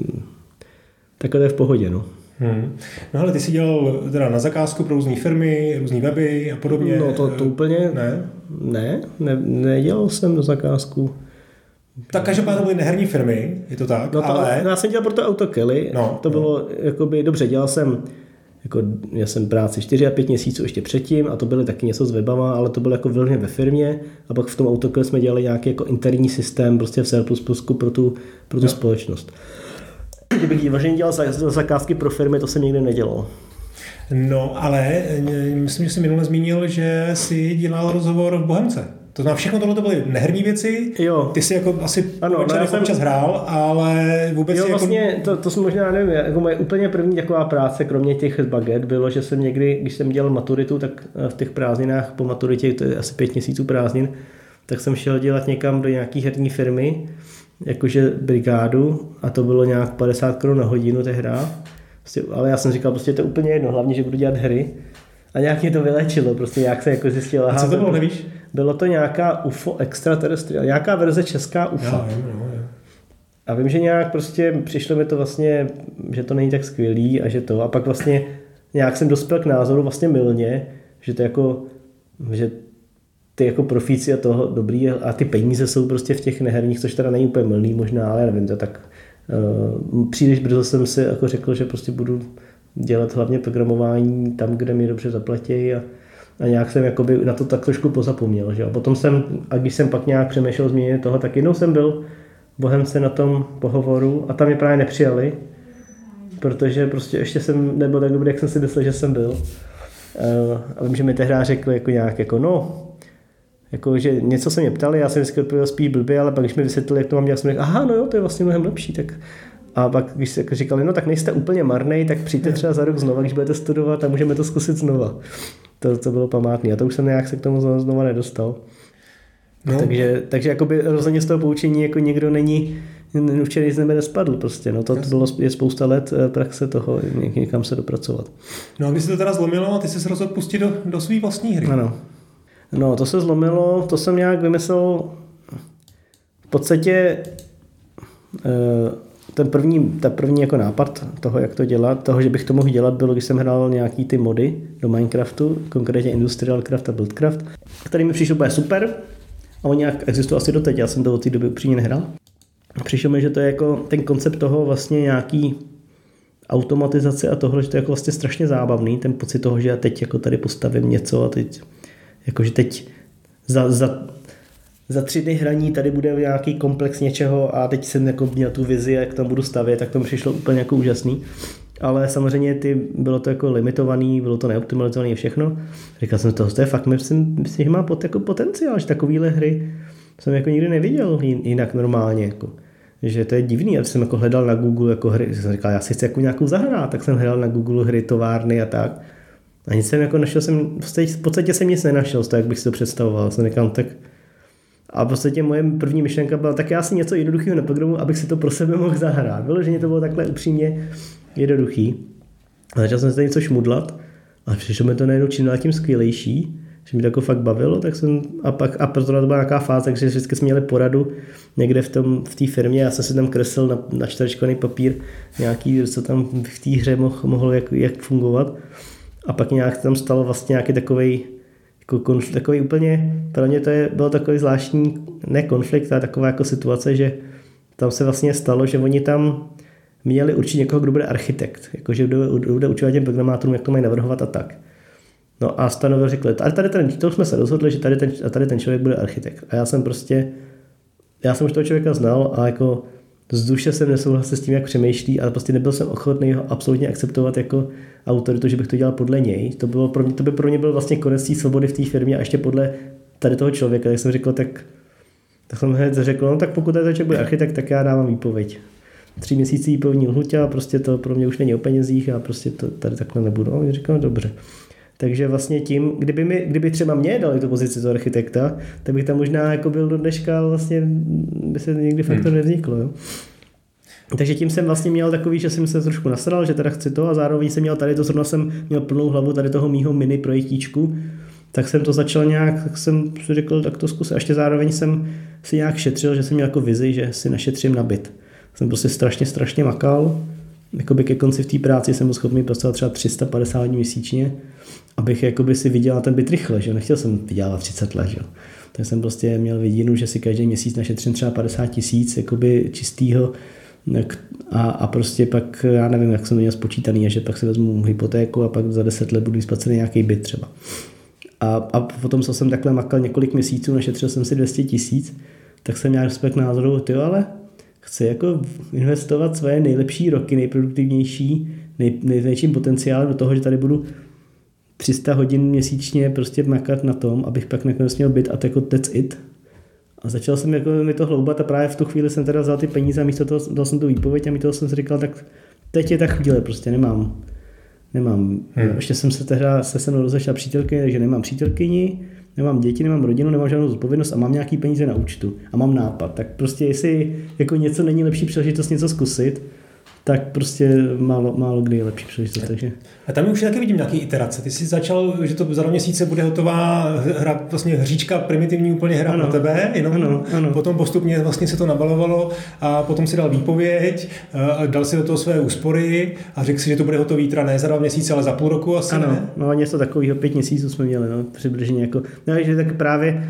takhle to je v pohodě, no. Hmm. No ale ty jsi dělal teda na zakázku pro různé firmy, různé weby a podobně. No to, to úplně, ne? Ne, ne, nedělal jsem na zakázku. Tak každopádně to byly neherní firmy, je to tak, no to, ale... No já jsem dělal pro to AutoKelly, no, to no. bylo, jakoby, dobře, dělal jsem Jako, já jsem práci čtyři a pět měsíců ještě předtím a to byly taky něco s webama, ale to bylo jako vyloženě ve firmě a pak v tom AutoKelly jsme dělali nějaký jako interní systém prostě v C plus plus pro tu, pro tu no. společnost. Kdybych vyloženě dělal zakázky pro firmy, to jsem nikdy nedělal. No, ale myslím, že jsi minule zmínil, že jsi dělal rozhovor v Bohemce. To znamená, všechno tohle to byly neherní věci. Jo. Ty jsi jako asi ano, večer no, jako jsem... čas hrál, ale vůbec jo, jako... vlastně to, to jsem možná nevím, jako moje úplně první taková práce, kromě těch baget, bylo, že jsem někdy, když jsem dělal maturitu, tak v těch prázdninách po maturitě, to je asi pět měsíců prázdnin, tak jsem šel dělat někam do nějaký herní firmy, jakože brigádu a to bylo nějak padesát korun na hodinu tehda. Prostě, ale já jsem říkal, prostě to je úplně jedno, hlavně, že budu dělat hry. A nějak mě to vylečilo, prostě jak se jako zjistilo. A co to bylo, nevíš? Bylo to nějaká U F O extraterrestriál, nějaká verze česká U F O. Já, jo, jo, jo. A vím, že nějak prostě přišlo mi to vlastně, že to není tak skvělý a že to. A pak vlastně nějak jsem dospěl k názoru vlastně mylně, že to jako, že ty jako profíci a toho dobrý a ty peníze jsou prostě v těch neherních, což teda není úplně mylný možná, ale já nevím, to tak uh, příliš brzo jsem si jako řekl, že prostě budu dělat hlavně programování tam, kde mi dobře zaplatí a, a nějak jsem jakoby na to tak trošku pozapomněl. Že? A potom jsem, a když jsem pak nějak přemýšlel změně toho, tak jednou jsem byl v Bohemce na tom pohovoru a tam mě právě nepřijali, protože prostě ještě jsem nebyl tak dobrý, jak jsem si myslel, že jsem byl. A vím, že mi tehdy řekli jako nějak jako no, jako, že něco se mě ptali, já jsem vždycky odpověděl spíš blbě, ale pak když mi vysvětlili, jak to mám dělat, jsem řekl, aha, no jo, to je vlastně mnohem lepší, tak a pak, když se říkali, no tak nejste úplně marnej, tak přijďte třeba za rok znova, když budete studovat a můžeme to zkusit znova. To, to bylo památný a to už jsem nějak se k tomu znova nedostal. No. Takže, takže jakoby rozhodně z toho poučení jako někdo není učený z nebe nespadl prostě. No to Jasně. bylo je spousta let praxe toho, někam se dopracovat. No a když se to teda zlomilo, ty jsi se rozhodl pustit do, do svý vlastní hry. Ano. No to se zlomilo, to jsem nějak vymyslel v podstatě ten první, ta první jako nápad toho, jak to dělat, toho, že bych to mohl dělat, bylo, když jsem hrál nějaký ty mody do Minecraftu, konkrétně Industrial Craft a Buildcraft, který mi přišel úplně super a on nějak existuje asi doteď, já jsem to od té doby upřímně nehrál. Přišel mi, že to je jako ten koncept toho vlastně nějaký automatizace a toho, že to je jako vlastně strašně zábavný, ten pocit toho, že já teď jako tady postavím něco a teď, jakože teď za, za za tři dny hraní tady bude nějaký komplex něčeho a teď jsem jako měl tu vizi, jak tam budu stavět, tak to mi přišlo úplně jako úžasný. ale samozřejmě ty, bylo to jako limitovaný, bylo to neoptimalizované všechno. Říkal jsem, to, to je fakt, myslím, myslím, že má pot, jako potenciál, že takovýhle hry jsem jako nikdy neviděl jinak normálně. Jako. Že to je divný, já jsem jako hledal na Google jako hry, jsem říkal, já si chci jako nějakou zahrát, tak jsem hledal na Google hry, továrny a tak. A nic jsem jako našel, jsem, v podstatě jsem nic nenašel z toho, jak bych si to představoval. Jsem říkal, tak a v podstatě moje první myšlenka byla, tak já si něco jednoduchého naprogramuji, abych si to pro sebe mohl zahrát. Vyloženě to bylo takhle upřímně jednoduchý. A začal jsem se něco šmudlat a přišlo mi to najednou čím dál tím skvělejší, že mi to jako fakt bavilo, tak jsem a pak a proto to byla nějaká fáze, takže vždycky jsme měli poradu někde v tom v té firmě, já jsem si tam kreslil na, na čtyřčkovaný papír nějaký, co tam v té hře mohl, mohl jak, jak fungovat. A pak nějak tam stalo vlastně nějaký takovej jako konflikt, takový úplně, pro mě to je, bylo takový zvláštní, ne konflikt, ale taková jako situace, že tam se vlastně stalo, že oni tam měli určit někoho, kdo bude architekt, jakože kdo bude učovat těm programátorům, jak to mají navrhovat a tak. No a stanovil, řekli, a tady ten, to jsme se rozhodli, že tady ten, a tady ten člověk bude architekt. A já jsem prostě, já jsem už toho člověka znal a jako z duše jsem nesouhlasil s tím, jak přemýšlí, ale prostě nebyl jsem ochotný ho absolutně akceptovat jako autoritu, že bych to dělal podle něj. To, bylo pro mě, to by pro mě byl vlastně konec té svobody v té firmě a ještě podle tady toho člověka. Tak jsem řekl, tak, tak jsem hned řekl, no tak pokud tady člověk bude architekt, tak já dávám výpověď. Tři měsíce výpovědní lhůtě a prostě to pro mě už není o penězích a prostě to tady takhle nebudu. A on říkal, no, dobře. Takže vlastně tím, kdyby, mi, kdyby třeba mě dali tu pozici toho architekta, tak bych tam možná jako byl do dneška, ale vlastně by se nikdy fakt to hmm. nevzniklo. Jo? Takže tím jsem vlastně měl takový, že jsem se trošku nasral, že teda chci to a zároveň jsem měl tady to, zrovna jsem měl plnou hlavu tady toho mýho mini projektíčku, tak jsem to začal nějak, tak jsem si řekl, tak to zkusím. A ještě zároveň jsem si nějak šetřil, že jsem měl jako vizi, že si našetřím na byt. Jsem prostě strašně, strašně makal. Jakoby ke konci v té práci jsem byl schopný pracovat třeba tři sta padesát dní měsíčně, abych jakoby si vydělal ten byt rychle, že nechtěl jsem vydělat třicet let, že? Tak jsem prostě měl vidinu, že si každý měsíc našetřím třeba padesát tisíc jakoby čistýho a, a prostě pak, já nevím, jak jsem to měl spočítaný, že pak si vezmu hypotéku a pak za deset let budu splacený nějaký byt třeba. A, a potom, co jsem takhle makal několik měsíců, našetřil jsem si dvě stě tisíc, tak jsem měl respekt názoru, ty ale chci jako investovat své nejlepší roky, nejproduktivnější, nej, největším potenciálem do toho, že tady budu tři sta hodin měsíčně prostě makat na tom, abych pak nakonec měl byt a to jako that's it. A začal jsem jako mi to hloubat a právě v tu chvíli jsem teda vzal ty peníze a místo toho dal jsem tu výpověď a místo toho jsem si říkal, tak teď je ta chvíle, prostě nemám. Nemám. Hmm. Ještě jsem se tehda se se mnou rozešla přítelkyně, takže nemám přítelkyni, nemám děti, nemám rodinu, nemám žádnou zodpovědnost a mám nějaký peníze na účtu a mám nápad. Tak prostě jestli jako něco není lepší příležitost něco zkusit, tak prostě málo, málo kdy je lepší příležitost. Takže. A tam už taky vidím nějaký iterace. Ty jsi začal, že to za dva měsíce bude hotová hra, vlastně hříčka, primitivní úplně hra ano. pro tebe, jenom ano, ano. Potom postupně vlastně se to nabalovalo a potom si dal výpověď, dal si do toho své úspory a řekl si, že to bude hotový teda ne za dva měsíce, ale za půl roku asi ano, ne? No něco takového, pět měsíců jsme měli, no, přibližně jako, no, že tak právě,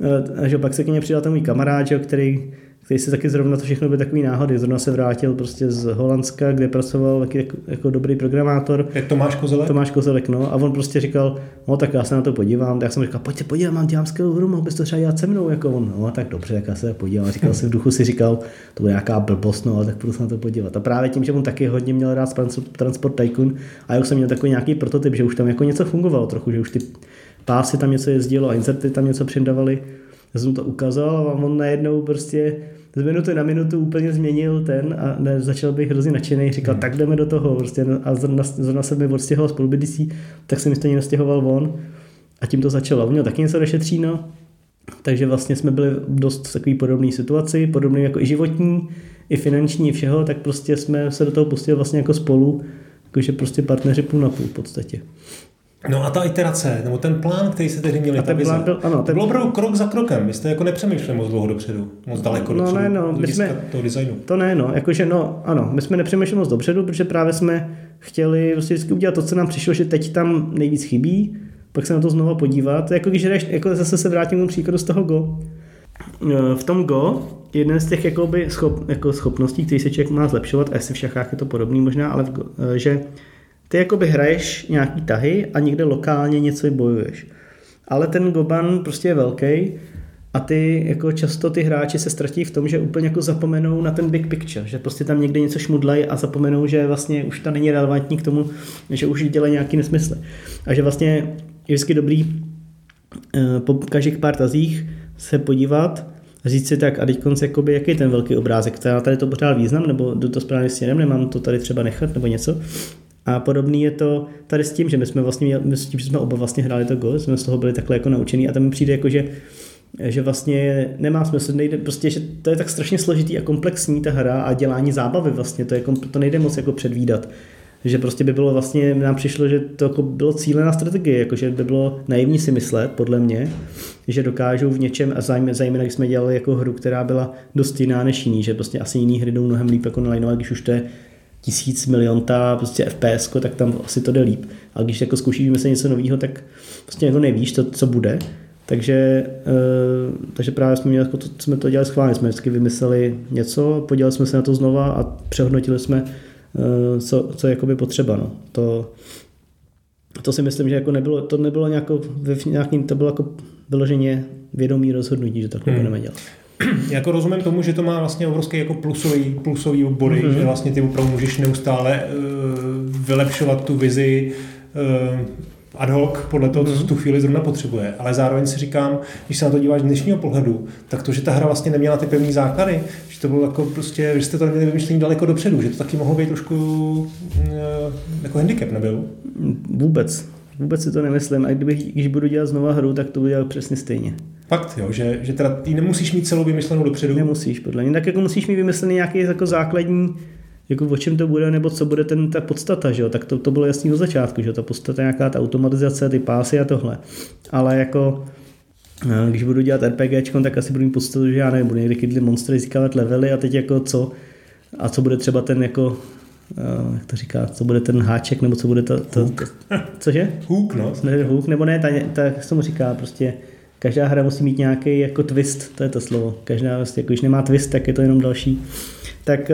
že pak se k němu přidal ten můj kamarád, že, který který se taky zrovna, to všechno byly takový náhody. Zrovna se vrátil prostě z Holandska, kde pracoval taky jako, jako dobrý programátor. Jak Tomáš Kozelek? Tomáš Kozelek, no. A on prostě říkal, no tak já se na to podívám. Tak jsem říkal, pojď se podívám, mám dělám skvělou hru, mohl bys to třeba dělat se mnou. Jako on, no tak dobře, tak já se podívám. A říkal si v duchu, si říkal, to bude nějaká blbost, no, ale tak budu se na to podívat. A právě tím, že on taky hodně měl rád Transport Tycoon a já už jsem měl takový nějaký prototyp, že už tam jako něco fungovalo trochu, že už ty pásy tam něco jezdilo a inserty tam něco přidávali. Já jsem to ukázal a on najednou prostě z minuty na minutu úplně změnil ten a ne, začal bych hrozně nadšený, říkal, hmm. tak jdeme do toho prostě, a zrovna, zrovna se mi odstěhoval spolubydlící, tak se mi stejně nastěhoval on a tím to začalo. On měl taky něco došetříno, takže vlastně jsme byli dost v takové podobné situaci, podobné jako i životní, i finanční, i všeho, tak prostě jsme se do toho pustili vlastně jako spolu, jakože prostě partneři půl na půl v podstatě. No a ta iterace, nebo ten plán, který jste tehdy měli, a ten plán byl, ano, to ten... bylo opravdu krok za krokem, vy jste jako nepřemýšleli moc dlouho dopředu, moc daleko no, dopředu, ne, no, my jsme, toho designu. To ne, no, jakože no, ano, my jsme nepřemýšleli moc dopředu, protože právě jsme chtěli prostě vždycky udělat to, co nám přišlo, že teď tam nejvíc chybí, pak se na to znova podívat, jako když jdeš, jako zase se vrátím k tomu příkladu z toho Go. V tom Go, jeden z těch jakoby schop, jako schopností, který se člověk má zlepšovat, a jestli v šachách je to podobný možná, ale v Go, že ty jakoby hraješ nějaký tahy a někde lokálně něco bojuješ. Ale ten Goban prostě je velký A ty jako často ty hráči se ztratí v tom, že úplně jako zapomenou na ten big picture, že prostě tam někde něco šmudlají a zapomenou, že vlastně už to není relevantní k tomu, že už dělají nějaký nesmysly. A že vlastně je vždycky dobrý po každých pár tazích se podívat a říct si tak a teď konc, jakoby, jaký je ten velký obrázek, tady to pořád význam, nebo jdu to správně směrem, nemám to tady třeba nechat, nebo něco. A podobný je to tady s tím, že my jsme vlastně měli, my s tím, že jsme oba vlastně hráli to Go, jsme z toho byli takhle jako naučený a tam mi přijde jako, že že vlastně nemá smysl, nejde, prostě, že to je tak strašně složitý a komplexní ta hra a dělání zábavy vlastně, to, je, to nejde moc jako předvídat. Že prostě by bylo vlastně, nám přišlo, že to jako bylo cílená strategie, jako že by bylo naivní si myslet, podle mě, že dokážou v něčem, a zejména když jsme dělali jako hru, která byla dost jiná než jiný, že prostě asi jiný hry jdou mnohem líp jako nalajnovat, když už to je tisíc milionta prostě F P S, tak tam asi to jde líp. A když jako zkoušíš vymyslet něco nového, tak prostě jako nevíš, to, co bude. Takže, takže právě jsme, měli, jsme to dělali schválně, jsme vždycky vymysleli něco, podívali jsme se na to znova a přehodnotili jsme, co, co je jakoby potřeba. No. To, to si myslím, že jako nebylo, to nebylo nějakou, nějakým, to bylo jako vyloženě vědomý rozhodnutí, že takhle hmm. budeme dělat. Já jako rozumím tomu, že to má vlastně obrovský jako plusový, plusový body, mm-hmm. že vlastně ty opravdu můžeš neustále uh, vylepšovat tu vizi uh, ad hoc podle toho, co v tu chvíli zrovna potřebuje. Ale zároveň si říkám, když se na to díváš z dnešního pohledu, tak to, že ta hra vlastně neměla ty pevné základy, že to bylo jako prostě, že jste to neměli vymyšlení daleko dopředu, že to taky mohlo být trošku jako handicap, nebyl? Vůbec. Vůbec si to nemyslím. A kdybych, když budu dělat znova hru, tak to budu dělat přesně stejně. Fakt, jo, že, že teda ty nemusíš mít celou vymyslenou dopředu? Nemusíš, podle mě. Tak jako musíš mít vymyslený nějaký jako základní, jako o čem to bude, nebo co bude ten, ta podstata, že jo? Tak to, to bylo jasný od začátku, že jo? Ta podstata je nějaká ta automatizace, ty pásy a tohle. Ale jako, když budu dělat RPGčko, tak asi budu mít podstatu, že já nevím, budu někde kydli monstry získávat levely a teď jako co, a co bude třeba ten jako, jak to říká, co bude ten háček, nebo co bude ta, ta, ta, ta cože? Hůk, no. Ne, hůk, nebo ne, ta, ta, jak se tomu říká, prostě každá hra musí mít nějaký jako twist, to je to slovo. Každá, vlastně, jako když nemá twist, tak je to jenom další. Tak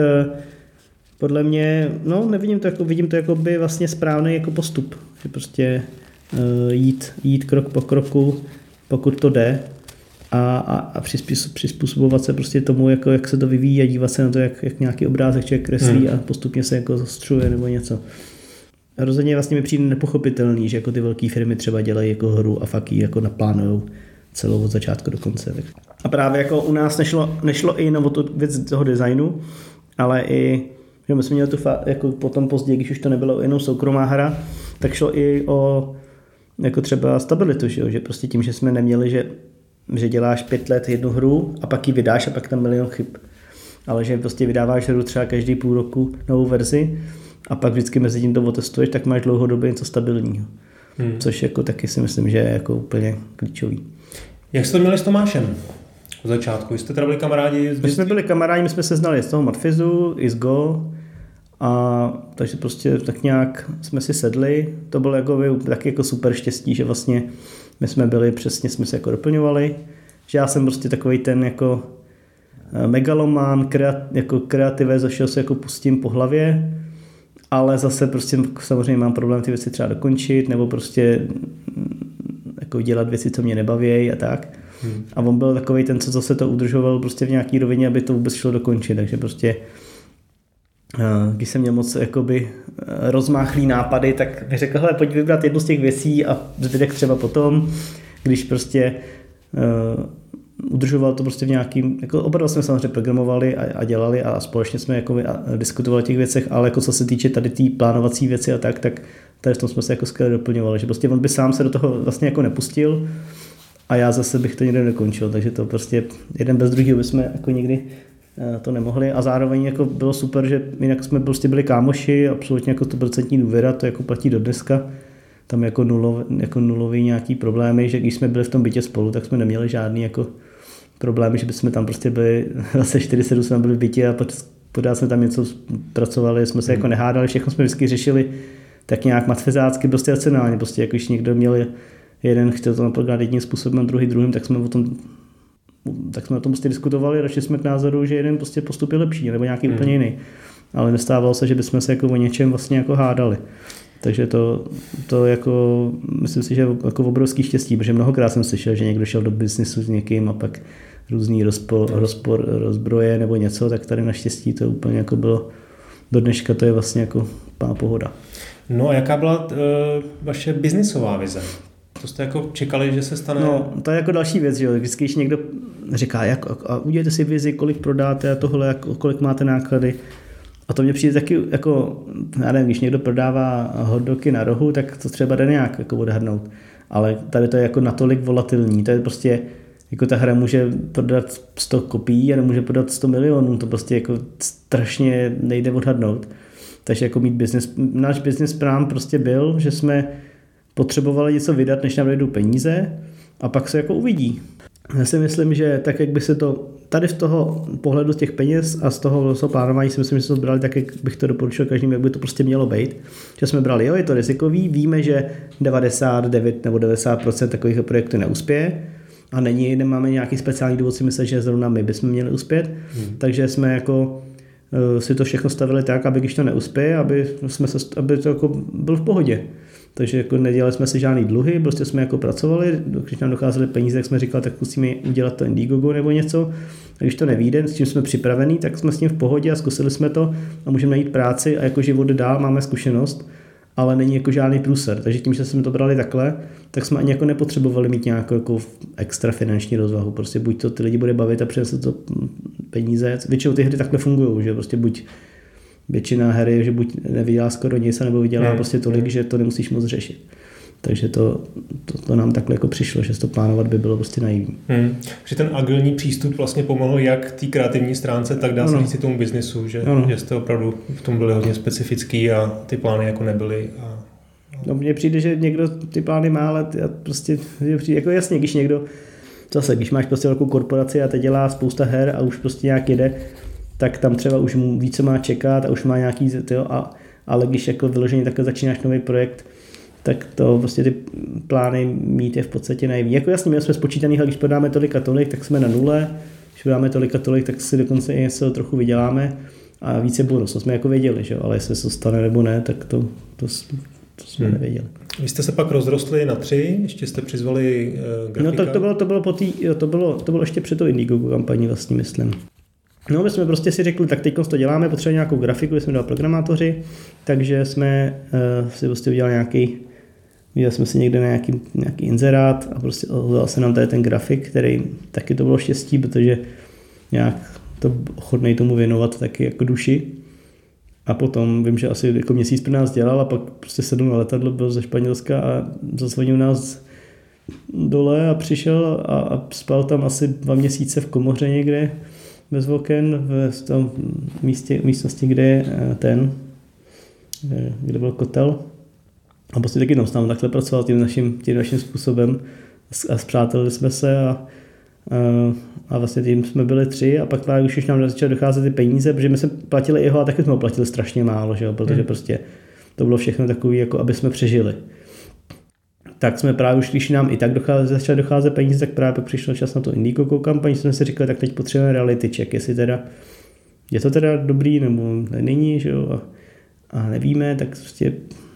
podle mě, no nevidím to jako, vidím to jako by vlastně správný jako postup, že prostě uh, jít, jít krok po kroku, pokud to jde a, a, a přizpůsobovat se prostě tomu, jako, jak se to vyvíjí a dívat se na to, jak, jak nějaký obrázek člověk kreslí hmm. a postupně se jako zastřuje nebo něco. A rozhodně vlastně mi přijde nepochopitelný, že jako ty velké firmy třeba dělají jako hru a fakt ji jako naplánujou celou od začátku do konce. A právě jako u nás nešlo, nešlo i jenom o tu věc toho designu, ale i že my jsme měli tu fa- jako potom později, když už to nebylo jenom soukromá hra, tak šlo i o jako třeba stabilitu, že, že prostě tím, že jsme neměli, že, že děláš pět let jednu hru a pak ji vydáš a pak tam milion chyb. Ale že prostě vydáváš hru třeba každý půl roku novou verzi a pak vždycky mezi tím to otestuješ, tak máš dlouhodobě něco stabilního. Hmm. Což jako taky si myslím, že je jako úplně klíčový. Jak jste to měli s Tomášem od začátku? Jste teda byli kamarádi? My jsme byli kamarádi, my jsme se znali z toho Matfizu i z Go. A takže prostě tak nějak jsme si sedli, to bylo jako taky jako super štěstí, že vlastně my jsme byli, přesně jsme se jako doplňovali, že já jsem prostě takovej ten jako megaloman, kreat, jako kreativě, zašel se jako pustím po hlavě, ale zase prostě samozřejmě mám problém ty věci třeba dokončit, nebo prostě jako dělat věci, co mě nebaví a tak. Hmm. A on byl takovej ten, co zase to udržoval prostě v nějaký rovině, aby to vůbec šlo dokončit, takže prostě když jsem měl moc jakoby rozmáchlý nápady, tak mi řekl, hele, pojď vybrat jednu z těch věcí a zbytek třeba potom, když prostě uh, udržoval to prostě v nějakým, jako oba dva jsme samozřejmě programovali a, a dělali a společně jsme jakoby diskutovali o těch věcech, ale jako co se týče tady té plánovací věci a tak, tak tady v tom jsme se jako skvěle doplňovali, že prostě on by sám se do toho vlastně jako nepustil a já zase bych to někde nekončil, takže to prostě jeden bez druhého bychom jako někdy to nemohli a zároveň jako bylo super, že jinak jsme prostě byli kámoši, absolutně jako sto procent důvěra, to jako platí do dneska, tam jako, nulov, jako nulový nějaký problémy, že když jsme byli v tom bytě spolu, tak jsme neměli žádný jako problémy, že bychom tam prostě byli, zase čtyři sedm jsme byli v bytě a pořád jsme tam něco pracovali, jsme se hmm. jako nehádali, všechno jsme vždycky řešili tak nějak matfizácky, prostě racionálně, prostě jako když někdo měl jeden, chtěl to naprogramat jedním způsobem, druhý druhým, tak jsme o tom tak jsme o tom prostě diskutovali, radši jsme k názoru, že jeden prostě postup je lepší, nebo nějaký hmm. úplně jiný. Ale nestávalo se, že bychom se jako o něčem vlastně jako hádali. Takže to, to jako, myslím si, že jako obrovský štěstí, protože mnohokrát jsem slyšel, že někdo šel do biznisu s někým a pak různý rozpor, rozpor, rozbroje nebo něco, tak tady naštěstí to úplně jako bylo, do dneška to je vlastně jako pá pohoda. No a jaká byla uh, vaše biznisová vize? To jste jako čekali, že se stane? No, to je jako další věc, že jo. Vždycky, když někdo říká, jak, a udělejte si vizi, kolik prodáte a tohle, jak, kolik máte náklady. A to mně přijde taky, jako, já nevím, když někdo prodává hotdogy na rohu, tak to třeba jde nějak jako odhadnout. Ale tady to je jako natolik volatilní, to je prostě, jako ta hra může prodat sto kopií a nemůže prodat sto milionů, to prostě jako strašně nejde odhadnout. Takže jako mít business, náš business plán prostě byl, že jsme potřebovali něco vydat, než nám dojdou peníze a pak se jako uvidí. Já si myslím, že tak, jak by se to tady z toho pohledu těch peněz a z toho, z toho plánování si myslím, že jsme to brali tak, jak bych to doporučil každému, jak by to prostě mělo být. Že jsme brali, jo, je to rizikový, víme, že devadesát devět nebo devadesát procent takových projektů neuspěje a není, nemáme nějaký speciální důvod si myslet, že zrovna my bychom měli uspět, hmm. takže jsme jako si to všechno stavili tak, aby když to neuspěje, aby, jsme se, aby to jako byl v pohodě. Takže jako nedělali jsme si žádný dluhy, prostě jsme jako pracovali, když nám docházely peníze, tak jsme říkali, tak zkusíme udělat to Indiegogo nebo něco. A když to nevyjde, s čím jsme připravení, tak jsme s tím v pohodě a zkusili jsme to a můžeme najít práci a jako život dál, máme zkušenost, ale není jako žádný průser. Takže tím, že jsme to brali takhle, tak jsme ani jako nepotřebovali mít nějakou jako extra finanční rozvahu. Prostě buď to ty lidi bude bavit a přinese to peníze. Většinou ty hry takhle fungují, že prostě buď většina her je, že buď nevydělá skoro nic, nebo vydělá hmm. prostě tolik, že to nemusíš moc řešit. Takže to, to, to nám takhle jako přišlo, že to plánovat by bylo prostě naivní. Hmm. Že ten agilní přístup vlastně pomohl jak té kreativní stránce, tak dá se říct i tomu biznesu, že, že jste opravdu v tom byli hodně specifický a ty plány jako nebyly. A, a... No mně přijde, že někdo ty plány má, ale prostě přijde, jako jasně, když někdo, zase, když máš prostě velkou korporaci a teď dělá spousta her a už prostě nějak jede, tak tam třeba už mu více má čekat a už má nějaký, tyjo, a, ale když jako vyloženě takhle začínáš nový projekt, tak to prostě ty plány mít je v podstatě naivní. Jako jasně, my jsme spočítaný, když prodáme tolik a tolik, tak jsme na nule, když prodáme tolik a tolik, tak si dokonce i něco trochu vyděláme a více bonus, to jsme jako věděli, že? Ale jestli se to stane nebo ne, tak to, to, to jsme hmm. nevěděli. Vy jste se pak rozrostli na tři, ještě jste přizvali uh, grafika? No tak to bylo, to bylo, po tý, jo, to bylo, to bylo ještě před tou Indiegogo kampaní vlastně, myslím. No, my jsme prostě si řekli, tak teď to děláme, potřebujeme nějakou grafiku, jsme dva programátoři, takže jsme uh, si prostě udělali nějaký, viděli jsme si někde na nějaký, nějaký inzerát a prostě ozval se nám tady ten grafik, který taky to bylo štěstí, protože nějak to ochotnej tomu věnovat taky jako duši. A potom vím, že asi jako měsíc pro nás dělal a pak prostě sedl na letadlo, byl ze Španělska a zazvonil nás dole a přišel a, a spal tam asi dva měsíce v komoře někde bez oken v tom místě, místnosti, kde je ten, kde byl kotel. A prostě taky tam s námi takhle pracoval tím naším, tím naším způsobem a zpřátelili jsme se a, a, a vlastně tím jsme byli tři a pak právě už nám začaly docházet ty peníze, protože my jsme platili jeho a taky jsme ho platili strašně málo, že jo? Protože hmm. prostě to bylo všechno takové, jako aby jsme přežili. Tak jsme právě už, když nám i tak docházet, začaly docházet peníze, tak právě pak přišel čas na to Indiegogo kampaň, jsme si říkali, tak teď potřebujeme reality check, jestli teda je to teda dobrý nebo není, že jo? A, a nevíme, tak prostě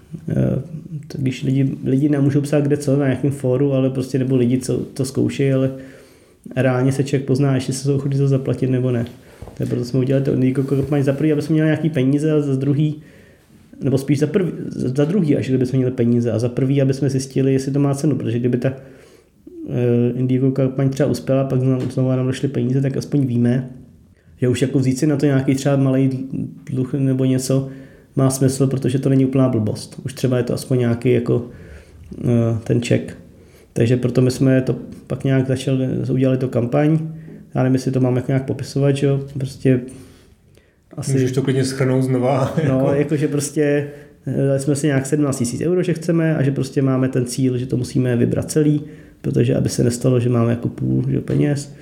když lidi, lidi nemůžou psát kde co, na nějakém fóru, ale prostě nebo lidi, co to zkouší, ale reálně se člověk pozná, jestli se jsou ochotní to zaplatit nebo ne. Tak proto jsme udělali to Indiegogo kampaň za prvý, aby jsme měli nějaký peníze a za druhý, nebo spíš za, prvý, za druhý, až kdyby jsme měli peníze a za prvý, aby jsme zjistili, jestli to má cenu, protože kdyby ta uh, Indiegogo kampaň třeba uspěla, pak znovu nám došly peníze, tak aspoň víme, že už jako vzít si na to nějaký třeba malý dluh nebo něco má smysl, protože to není úplná blbost. Už třeba je to aspoň nějaký jako uh, ten check. Takže proto my jsme to pak nějak začali, udělali to kampaň. Já nevím, jestli to mám jak nějak popisovat, že jo, prostě asi... Můžeš to klidně shrnout znova. No, jako... jakože prostě dali jsme si nějak sedmnáct tisíc euro, že chceme a že prostě máme ten cíl, že to musíme vybrat celý, protože aby se nestalo, že máme jako půl že peněz.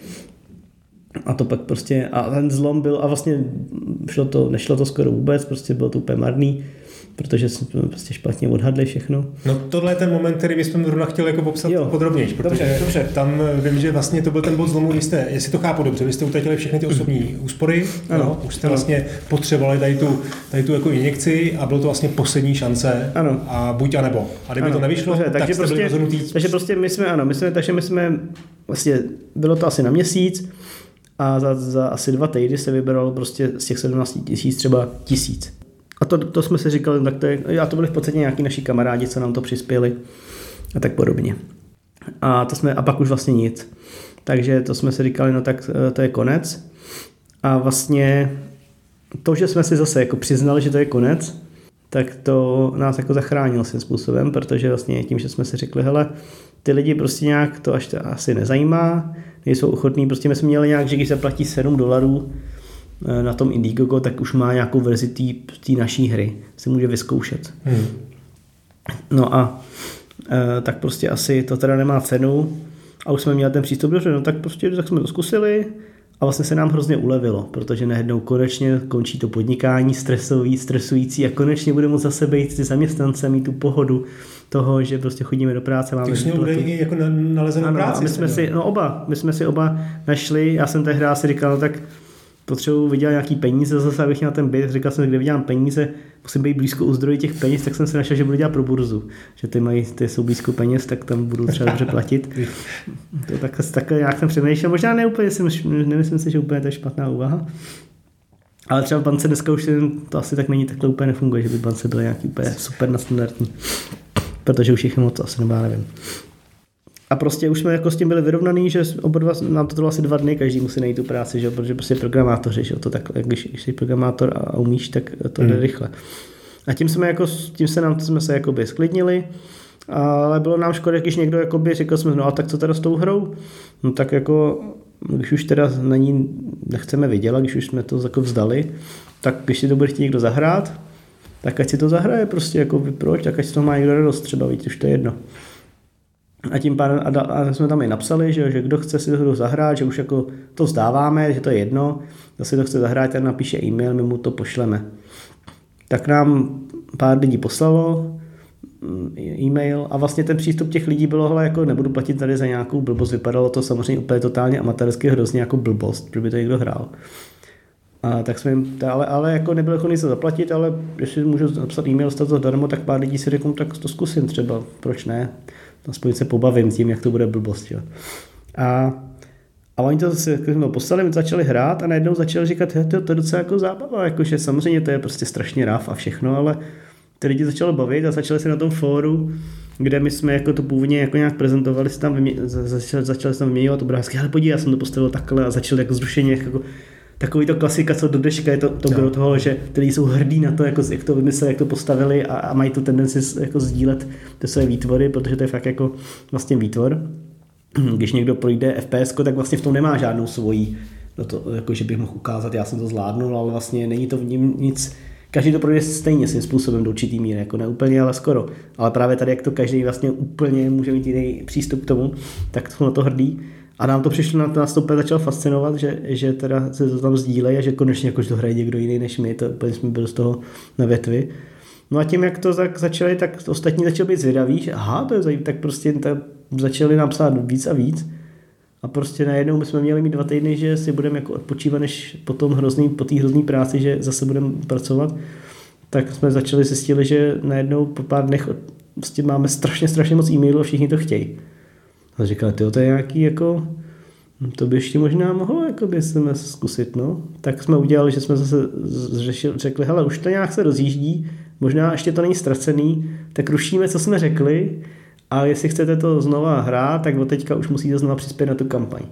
A to pak prostě, a ten zlom byl, a vlastně šlo to, nešlo to skoro vůbec, prostě bylo to úplně marný. protože jsme prostě špatně odhadli všechno. No tohle je ten moment, který bychom zrovna chtěli jako popsat podrobněji, protože dobře, dobře. tam vím, že vlastně to byl ten bod zlomu, kdy jste, jestli to chápu dobře, vy jste utratili všechny ty osobní úspory, ano, no, už jste ano. vlastně potřebovali tady tu, tady tu jako injekci a bylo to vlastně poslední šance ano. a buď a nebo. A kdyby ano. to nevyšlo, dobře, tak jste prostě, byli rozhodnutí. Takže prostě my jsme, ano, my jsme, takže my jsme, vlastně bylo to asi na měsíc a za, za asi dva týdny se vybralo prostě z těch sedmnáct tisíc třeba tisíc. A to, to jsme si říkali, tak to je, a to byli v podstatě nějaký naši kamarádi, co nám to přispěli a tak podobně. A, to jsme, a pak už vlastně nic. Takže to jsme si říkali, no tak to je konec. A vlastně to, že jsme si zase jako přiznali, že to je konec, tak to nás jako zachránilo svým způsobem, protože vlastně tím, že jsme si řekli, hele, ty lidi prostě nějak to až to asi nezajímá, nejsou ochotní, prostě my jsme měli nějak, že když se platí sedm dolarů na tom Indiegogo, tak už má nějakou verzi té naší hry, se může vyzkoušet. Hmm. No a e, tak prostě asi to teda nemá cenu a už jsme měli ten přístup, dobře, no tak prostě tak jsme to zkusili a vlastně se nám hrozně ulevilo, protože najednou konečně končí to podnikání stresový, stresující a konečně budeme moct zase být ty zaměstnance, mít tu pohodu toho, že prostě chodíme do práce, máme výplatu. Jako nalezenou práci. A my jsme si, no oba, my jsme si oba našli, já jsem tehdy si říkal, no tak potřebuji vydělat nějaký peníze, zase abych měl ten byt, říkal jsem, kde vydělám peníze, musím být blízko u zdroje těch peněz, tak jsem si našel, že budu dělat pro burzu, že ty, mají, ty jsou blízko peněz, tak tam budu třeba dobře platit. To tak, takhle nějak jsem přemýšlel, možná ne úplně, nemyslím si, že úplně to je špatná úvaha, ale třeba v bance dneska už to asi tak není, takhle úplně nefunguje, že by v bance byly nějaký úplně super nadstandardní, protože už jich moc asi nebo já nevím. A prostě už jsme jako s tím byli vyrovnaný, že oba dva, nám to trvalo asi dva dny, každý musí najít tu práci, že? Protože prostě programátoři, že? To takhle, když, když jsi programátor a umíš, tak to jde mm. rychle. A tím jsme jako, tím se nám, jsme se jakoby sklidnili, ale bylo nám škoda, když někdo jakoby řekl jsme, no a tak co teda s tou hrou? No tak jako, když už teda na ní nechceme vydělat, když už jsme to jako vzdali, tak když si to bude chtít někdo zahrát, tak ať si to zahraje prostě, jako proč, tak ať si to má někdo radost třeba, víte, už to je jedno. A tím pádem, a, a jsme tam i napsali, že, že kdo chce si to zahrát, že už jako to vzdáváme, že to je jedno, kdo si to chce zahrát, tak napíše e-mail, my mu to pošleme. Tak nám pár lidí poslalo e-mail a vlastně ten přístup těch lidí bylo, hele, jako nebudu platit tady za nějakou blbost, vypadalo to samozřejmě úplně totálně amatérsky hrozně jako blbost, protože by to někdo hrál. A tak jsme jim, ale, ale jako nebylo jako nic zaplatit, ale jestli můžu napsat e-mail, stát to zadarmo, tak pár lidí si řeknou, tak to zkusím třeba, proč ne? Aspoň se pobavím tím, jak to bude blbost. Jo. A, a oni to zase poslali, my začali hrát a najednou začali říkat, to, to je docela jako zábava, jakože samozřejmě to je prostě strašně raf a všechno, ale ty lidi začali bavit a začali se na tom fóru, kde my jsme jako to původně jako nějak prezentovali, se tam vymě, začali, začali se tam vyměňovat obrázky, ale podívej, já jsem to postavil takhle a začali jako zrušeně jako takový to klasika, co do dneška je to, to bylo toho, že ty lidi jsou hrdí na to, jako, jak to vymysleli, jak to postavili a, a mají tu tendenci jako sdílet ty své výtvory, protože to je fakt jako vlastně výtvor. Když někdo projde F P S, tak vlastně v tom nemá žádnou svoji, no to, jako, že bych mohl ukázat, já jsem to zvládnul, ale vlastně není to v něm nic, každý to projde stejně svým způsobem do určitý míry, jako ne úplně, ale skoro. Ale právě tady, jak to každý vlastně úplně může mít jiný přístup k tomu, tak to na to hrdí. A nám to přišlo, na nás to úplně začalo fascinovat, že, že teda se to tam sdílejí a že konečně jakož to hraje někdo jiný než my, to úplně jsme byli z toho na větvi. No a tím, jak to začali, tak ostatní začali být zvědaví, že aha, to je zajímavé, tak prostě ta, začali nám psát víc a víc. A prostě najednou my jsme měli mít dva týdny, že si budeme jako odpočívat, než po tom hrozný, po té hrozný práci, že zase budeme pracovat. Tak jsme začali zjistili, že najednou po pár dnech prostě máme strašně, strašně moc e-mailů a všichni to chtějí. A říkali, tyjo, to je nějaký jako, to by ještě možná mohlo jako by jsme zkusit, no. Tak jsme udělali, že jsme zase řešili, řekli, hele, už to nějak se rozjíždí, možná ještě to není ztracený, tak rušíme, co jsme řekli a jestli chcete to znova hrát, tak od teďka už musíte znova přispět na tu kampaň.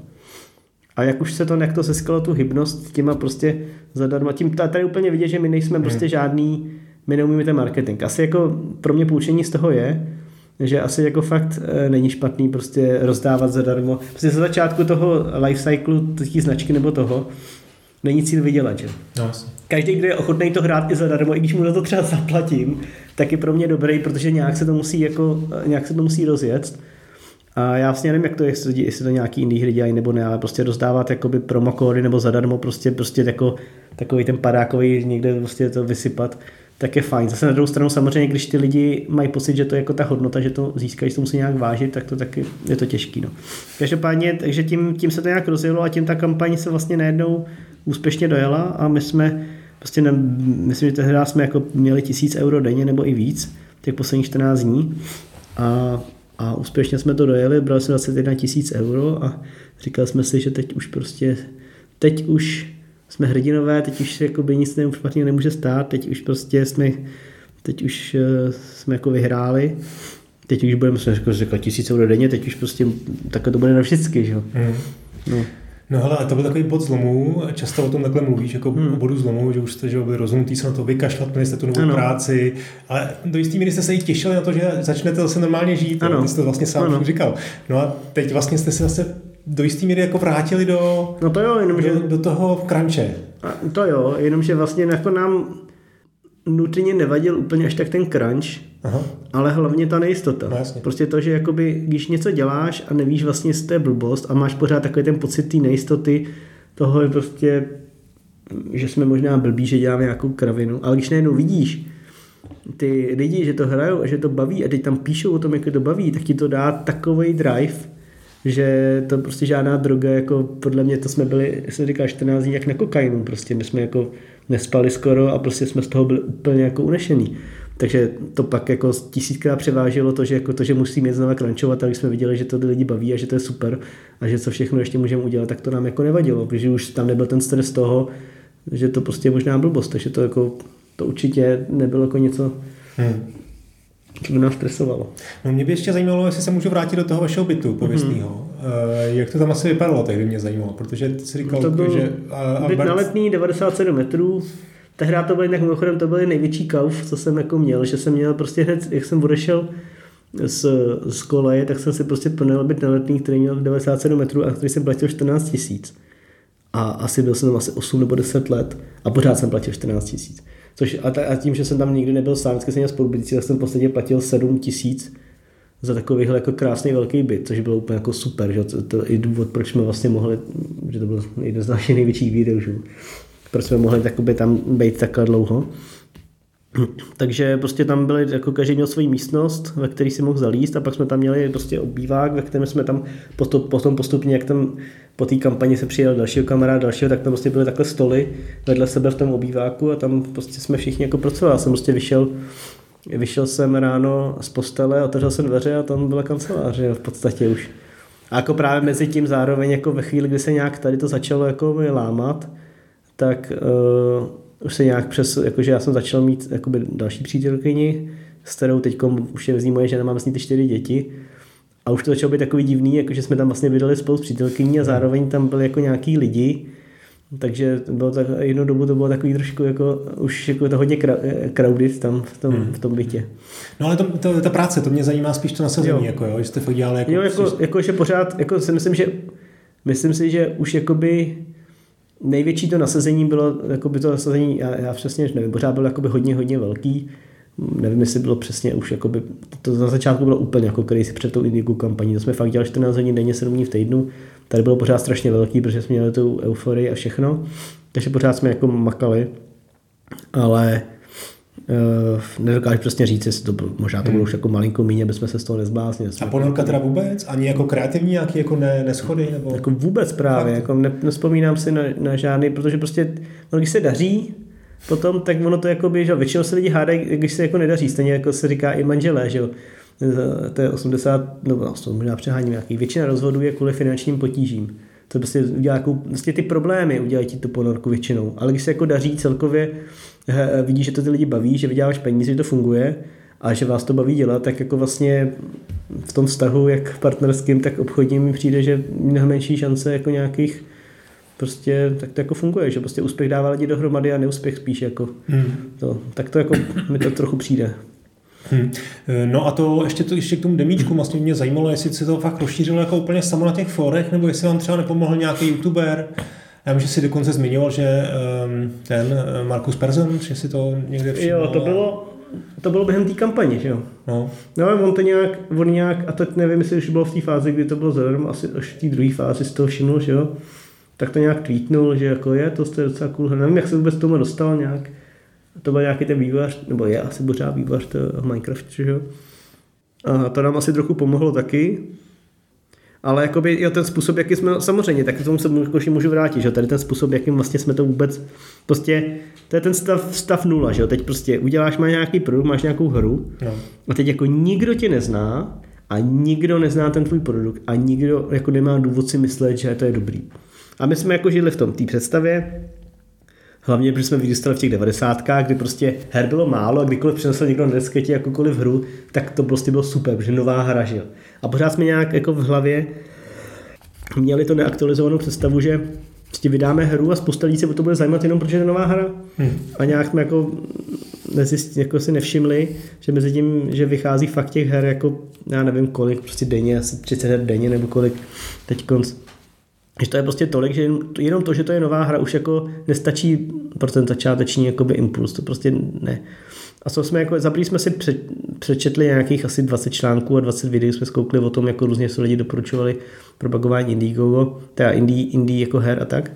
A jak už se to, jak to seskalo tu hybnost těma prostě zadarmo, tím tady úplně vidět, že my nejsme hmm. prostě žádný, my neumíme ten marketing. Asi jako pro mě poučení z toho je, že asi jako fakt e, není špatný prostě rozdávat zadarmo. Prostě za začátku toho lifecyclu té značky nebo toho není cíl vydělat, že? No, každý, kdo je ochotný to hrát i zadarmo, i když mu na to třeba zaplatím, tak je pro mě dobrý, protože nějak se to musí, jako, nějak se to musí rozjet. A já vlastně nevím, jak to je, jestli to nějaký indie hry dělají nebo ne, ale prostě rozdávat jakoby promokódy nebo zadarmo, prostě, prostě jako takový ten padákový někde prostě to vysypat, tak je fajn. Zase na druhou stranu samozřejmě, když ty lidi mají pocit, že to je jako ta hodnota, že to získají, že to musí nějak vážit, tak to taky je to těžký. No. Každopádně, takže tím, tím se to nějak rozjelo a tím ta kampaň se vlastně najednou úspěšně dojela a my jsme prostě, ne, myslím, že tehdy jsme jako měli tisíc euro denně nebo i víc, těch posledních čtrnáct dní a, a úspěšně jsme to dojeli, brali jsme dvacet jedna tisíc euro a říkali jsme si, že teď už prostě, teď už jsme hrdinové, teď už jakoby nic špatného nemůže stát, teď už prostě jsme, teď už uh, jsme jako vyhráli, teď už budeme, jsme řekli, tisíc euro denně, teď už prostě takhle to bude na vždycky, že jo. Mm. No. No hele, to byl takový bod zlomu, často o tom takhle mluvíš, jako hmm. o bodu zlomu, že už jste že byli rozhodnutí se na to vykašlat, měli jste tu novou ano. práci, ale do jistý míry jste se i těšili na to, že začnete zase normálně žít, ano. Ty jste to vlastně sám ano. říkal. No a teď vlastně jste se zase do jistý míry jako vrátili do, no to jo, jenom, do, do toho crunche. A to jo, jenomže vlastně jako nám nutně nevadil úplně až tak ten crunch, aha. ale hlavně ta nejistota. No, prostě to, že jakoby, když něco děláš a nevíš vlastně, jestli to je blbost a máš pořád takový ten pocit té nejistoty, toho je prostě, že jsme možná blbí, že děláme nějakou kravinu, ale když najednou vidíš ty lidi, že to hrajou a že to baví a teď tam píšou o tom, jak to baví, tak ti to dá takovej drive, že to prostě žádná droga, jako podle mě to jsme byli, jsem říkal, čtrnáct dní jak na kokainu, prostě my jsme jako nespali skoro a prostě jsme z toho byli úplně jako unešený. Takže to pak jako tisíckrát převážilo to, že jako to, že musíme jít znova crunchovat, a když jsme viděli, že to lidi baví a že to je super a že co všechno ještě můžeme udělat, tak to nám jako nevadilo, protože už tam nebyl ten stres toho, že to prostě je možná blbost, takže to jako to určitě nebylo jako něco, hmm. co by nás stresovalo. No mě by ještě zajímalo, jestli se můžu vrátit do toho vašeho bytu pověstného. Hmm. Jak to tam asi vypadalo, tehdy mě zajímalo, protože ty jsi říkal, to byl že Albert... byt na Letný devadesát sedm metrů. Tehdy to byl jinak mimochodem, to byl největší kauf, co jsem jako měl, že jsem měl prostě hned, jak jsem odešel z, z koleje, tak jsem si prostě plnil byt na Letný, který měl devadesát sedm metrů a který jsem platil čtrnáct tisíc. A asi byl jsem tam asi osm nebo deset let a pořád jsem platil čtrnáct tisíc. Což a, ta, a tím, že jsem tam nikdy nebyl sám, vždycky jsem měl spolubydlící, tak jsem v podstatě platil sedm tisíc za takovýhle jako krásný velký byt, což bylo úplně jako super, že to, to i důvod, proč jsme vlastně mohli, že to byl jeden z našich největších videů, proč jsme mohli takoby tam být takhle dlouho. Takže prostě tam byly, jako každý měl svou místnost, ve který si mohl zalíst a pak jsme tam měli prostě obývák, ve kterém jsme tam postup, potom postupně, jak tam po té kampani se přijel dalšího kamaráda, dalšího, tak tam prostě byly takhle stoly vedle sebe v tom obýváku a tam prostě jsme všichni jako pracovali. Já jsem prostě vyšel, vyšel jsem ráno z postele, otevřel jsem dveře a tam byla kancelář, v podstatě už. A jako právě mezi tím zároveň jako ve chvíli, kdy se nějak tady to začalo jako lámat, tak uh, už se nějak přes, jakože já jsem začal mít jakoby další přítelkyni, s kterou teď už je zní moje žena, mám vlastně ty čtyři děti a už to začalo být takový divný, jakože jsme tam vlastně bydleli spolu s přítelkyní a zároveň tam byli jako nějaký lidi, takže bylo tak, jednu dobu to bylo takový trošku jako, už jako to hodně crowded tam v tom, hmm. v tom bytě. No ale to, to, ta práce, to mě zajímá spíš to nasazení, jo. jako jo, že jste fakt dělali jako... Jo, jako, jako, že pořád, jako si myslím, že myslím si, že už jakoby největší to nasazení bylo, jakoby to nasazení, já, já přesně nevím, pořád bylo jakoby hodně, hodně velký, nevím, jestli bylo přesně už jakoby, to na začátku bylo úplně jako crazy před tou Indigo kampaní, to jsme fakt dělali čtrnáct hodin denně, sedm dní v týdnu, tady bylo pořád strašně velký, protože jsme měli tu euforii a všechno, takže pořád jsme jako makali, ale uh, nedokážu přesně říct, jestli to bylo, možná to bylo už jako malinko míně, aby jsme se z toho nezbláznili. A ponorka teda vůbec? Ani jako kreativní nějaký jako ne, neschody? Nebo... Jako vůbec právě, jako ne, nespomínám si na, na žádný, protože prostě, no, když se daří, potom, tak ono to jakoby, že většinou se lidi hádají, když se jako nedaří, stejně jako se říká i manželé, že jo. To je osmdesát, no, no možná přeháním nějaký, většina rozvodů je kvůli finančním potížím. To prostě udělá jako, prostě ty problémy udělají ti tu ponorku většinou, ale když se jako daří celkově, he, vidíš, že to ty lidi baví, že vyděláváš peníze, že to funguje a že vás to baví dělat, tak jako vlastně v tom vztahu, jak partnerským, tak obchodním mi přijde, že mnohem menší šance jako nějakých prostě tak to jako funguje, že prostě úspěch dává lidi dohromady a neúspěch spíš jako hmm. to, tak to jako mi to trochu přijde. Hmm. No a to ještě, to ještě k tomu demíčku vlastně mě zajímalo, jestli se to fakt rozšířilo jako úplně samo na těch fórech, nebo jestli vám třeba nepomohl nějaký youtuber. Já vím, že si dokonce zmiňoval, že um, ten Markus Persson, že si to někde všiml. Jo, to bylo, to bylo během té kampaně, že jo. No. No, on to nějak, on nějak, a teď nevím, jestli už bylo v té fázi, kdy to bylo zadarmo, asi až v té druhé fázi z toho všimnul, že jo. Tak to nějak tweetnul, že jako je, to je docela cool. Nevím, jak se vůbec tomu dostal nějak. to byl nějaký ten vývojář, nebo je asi pořád vývojář toho Minecraftu, že jo. A to nám asi trochu pomohlo taky. Ale jakoby, jo, ten způsob, jaký jsme, samozřejmě, tak k tomu se můžu vrátit, že tady ten způsob, jakým vlastně jsme to vůbec, prostě, to je ten stav, stav nula, že jo, teď prostě uděláš, máš nějaký produkt, máš nějakou hru no. A teď jako nikdo tě nezná a nikdo nezná ten tvůj produkt a nikdo jako nemá důvod si myslet, že to je dobrý. A my jsme jako žili v tom té představě, hlavně, protože jsme vyrůstali v těch devadesátkách, kdy prostě her bylo málo a kdykoliv přinesl někdo na desketě jakoukoliv hru, tak to prostě bylo super, protože nová hra, že jo. A pořád jsme nějak jako v hlavě měli to neaktualizovanou představu, že prostě vydáme hru a spousta lidí se o to bude zajímat jenom, protože je to nová hra. Hmm. A nějak jsme jako, nezjist, jako si nevšimli, že mezi tím, že vychází fakt těch her jako, já nevím kolik, prostě denně, asi třicet her denně nebo kolik teď konc. Že to je prostě tolik, že jenom to, že to je nová hra, už jako nestačí pro ten začáteční jakoby impuls, to prostě ne. A co jsme jako, zaprý jsme si před, přečetli nějakých asi dvacet článků a dvacet videí jsme zkoukli o tom, jako různě se lidi doporučovali propagování Indiegogo, teda indie, indie jako her a tak.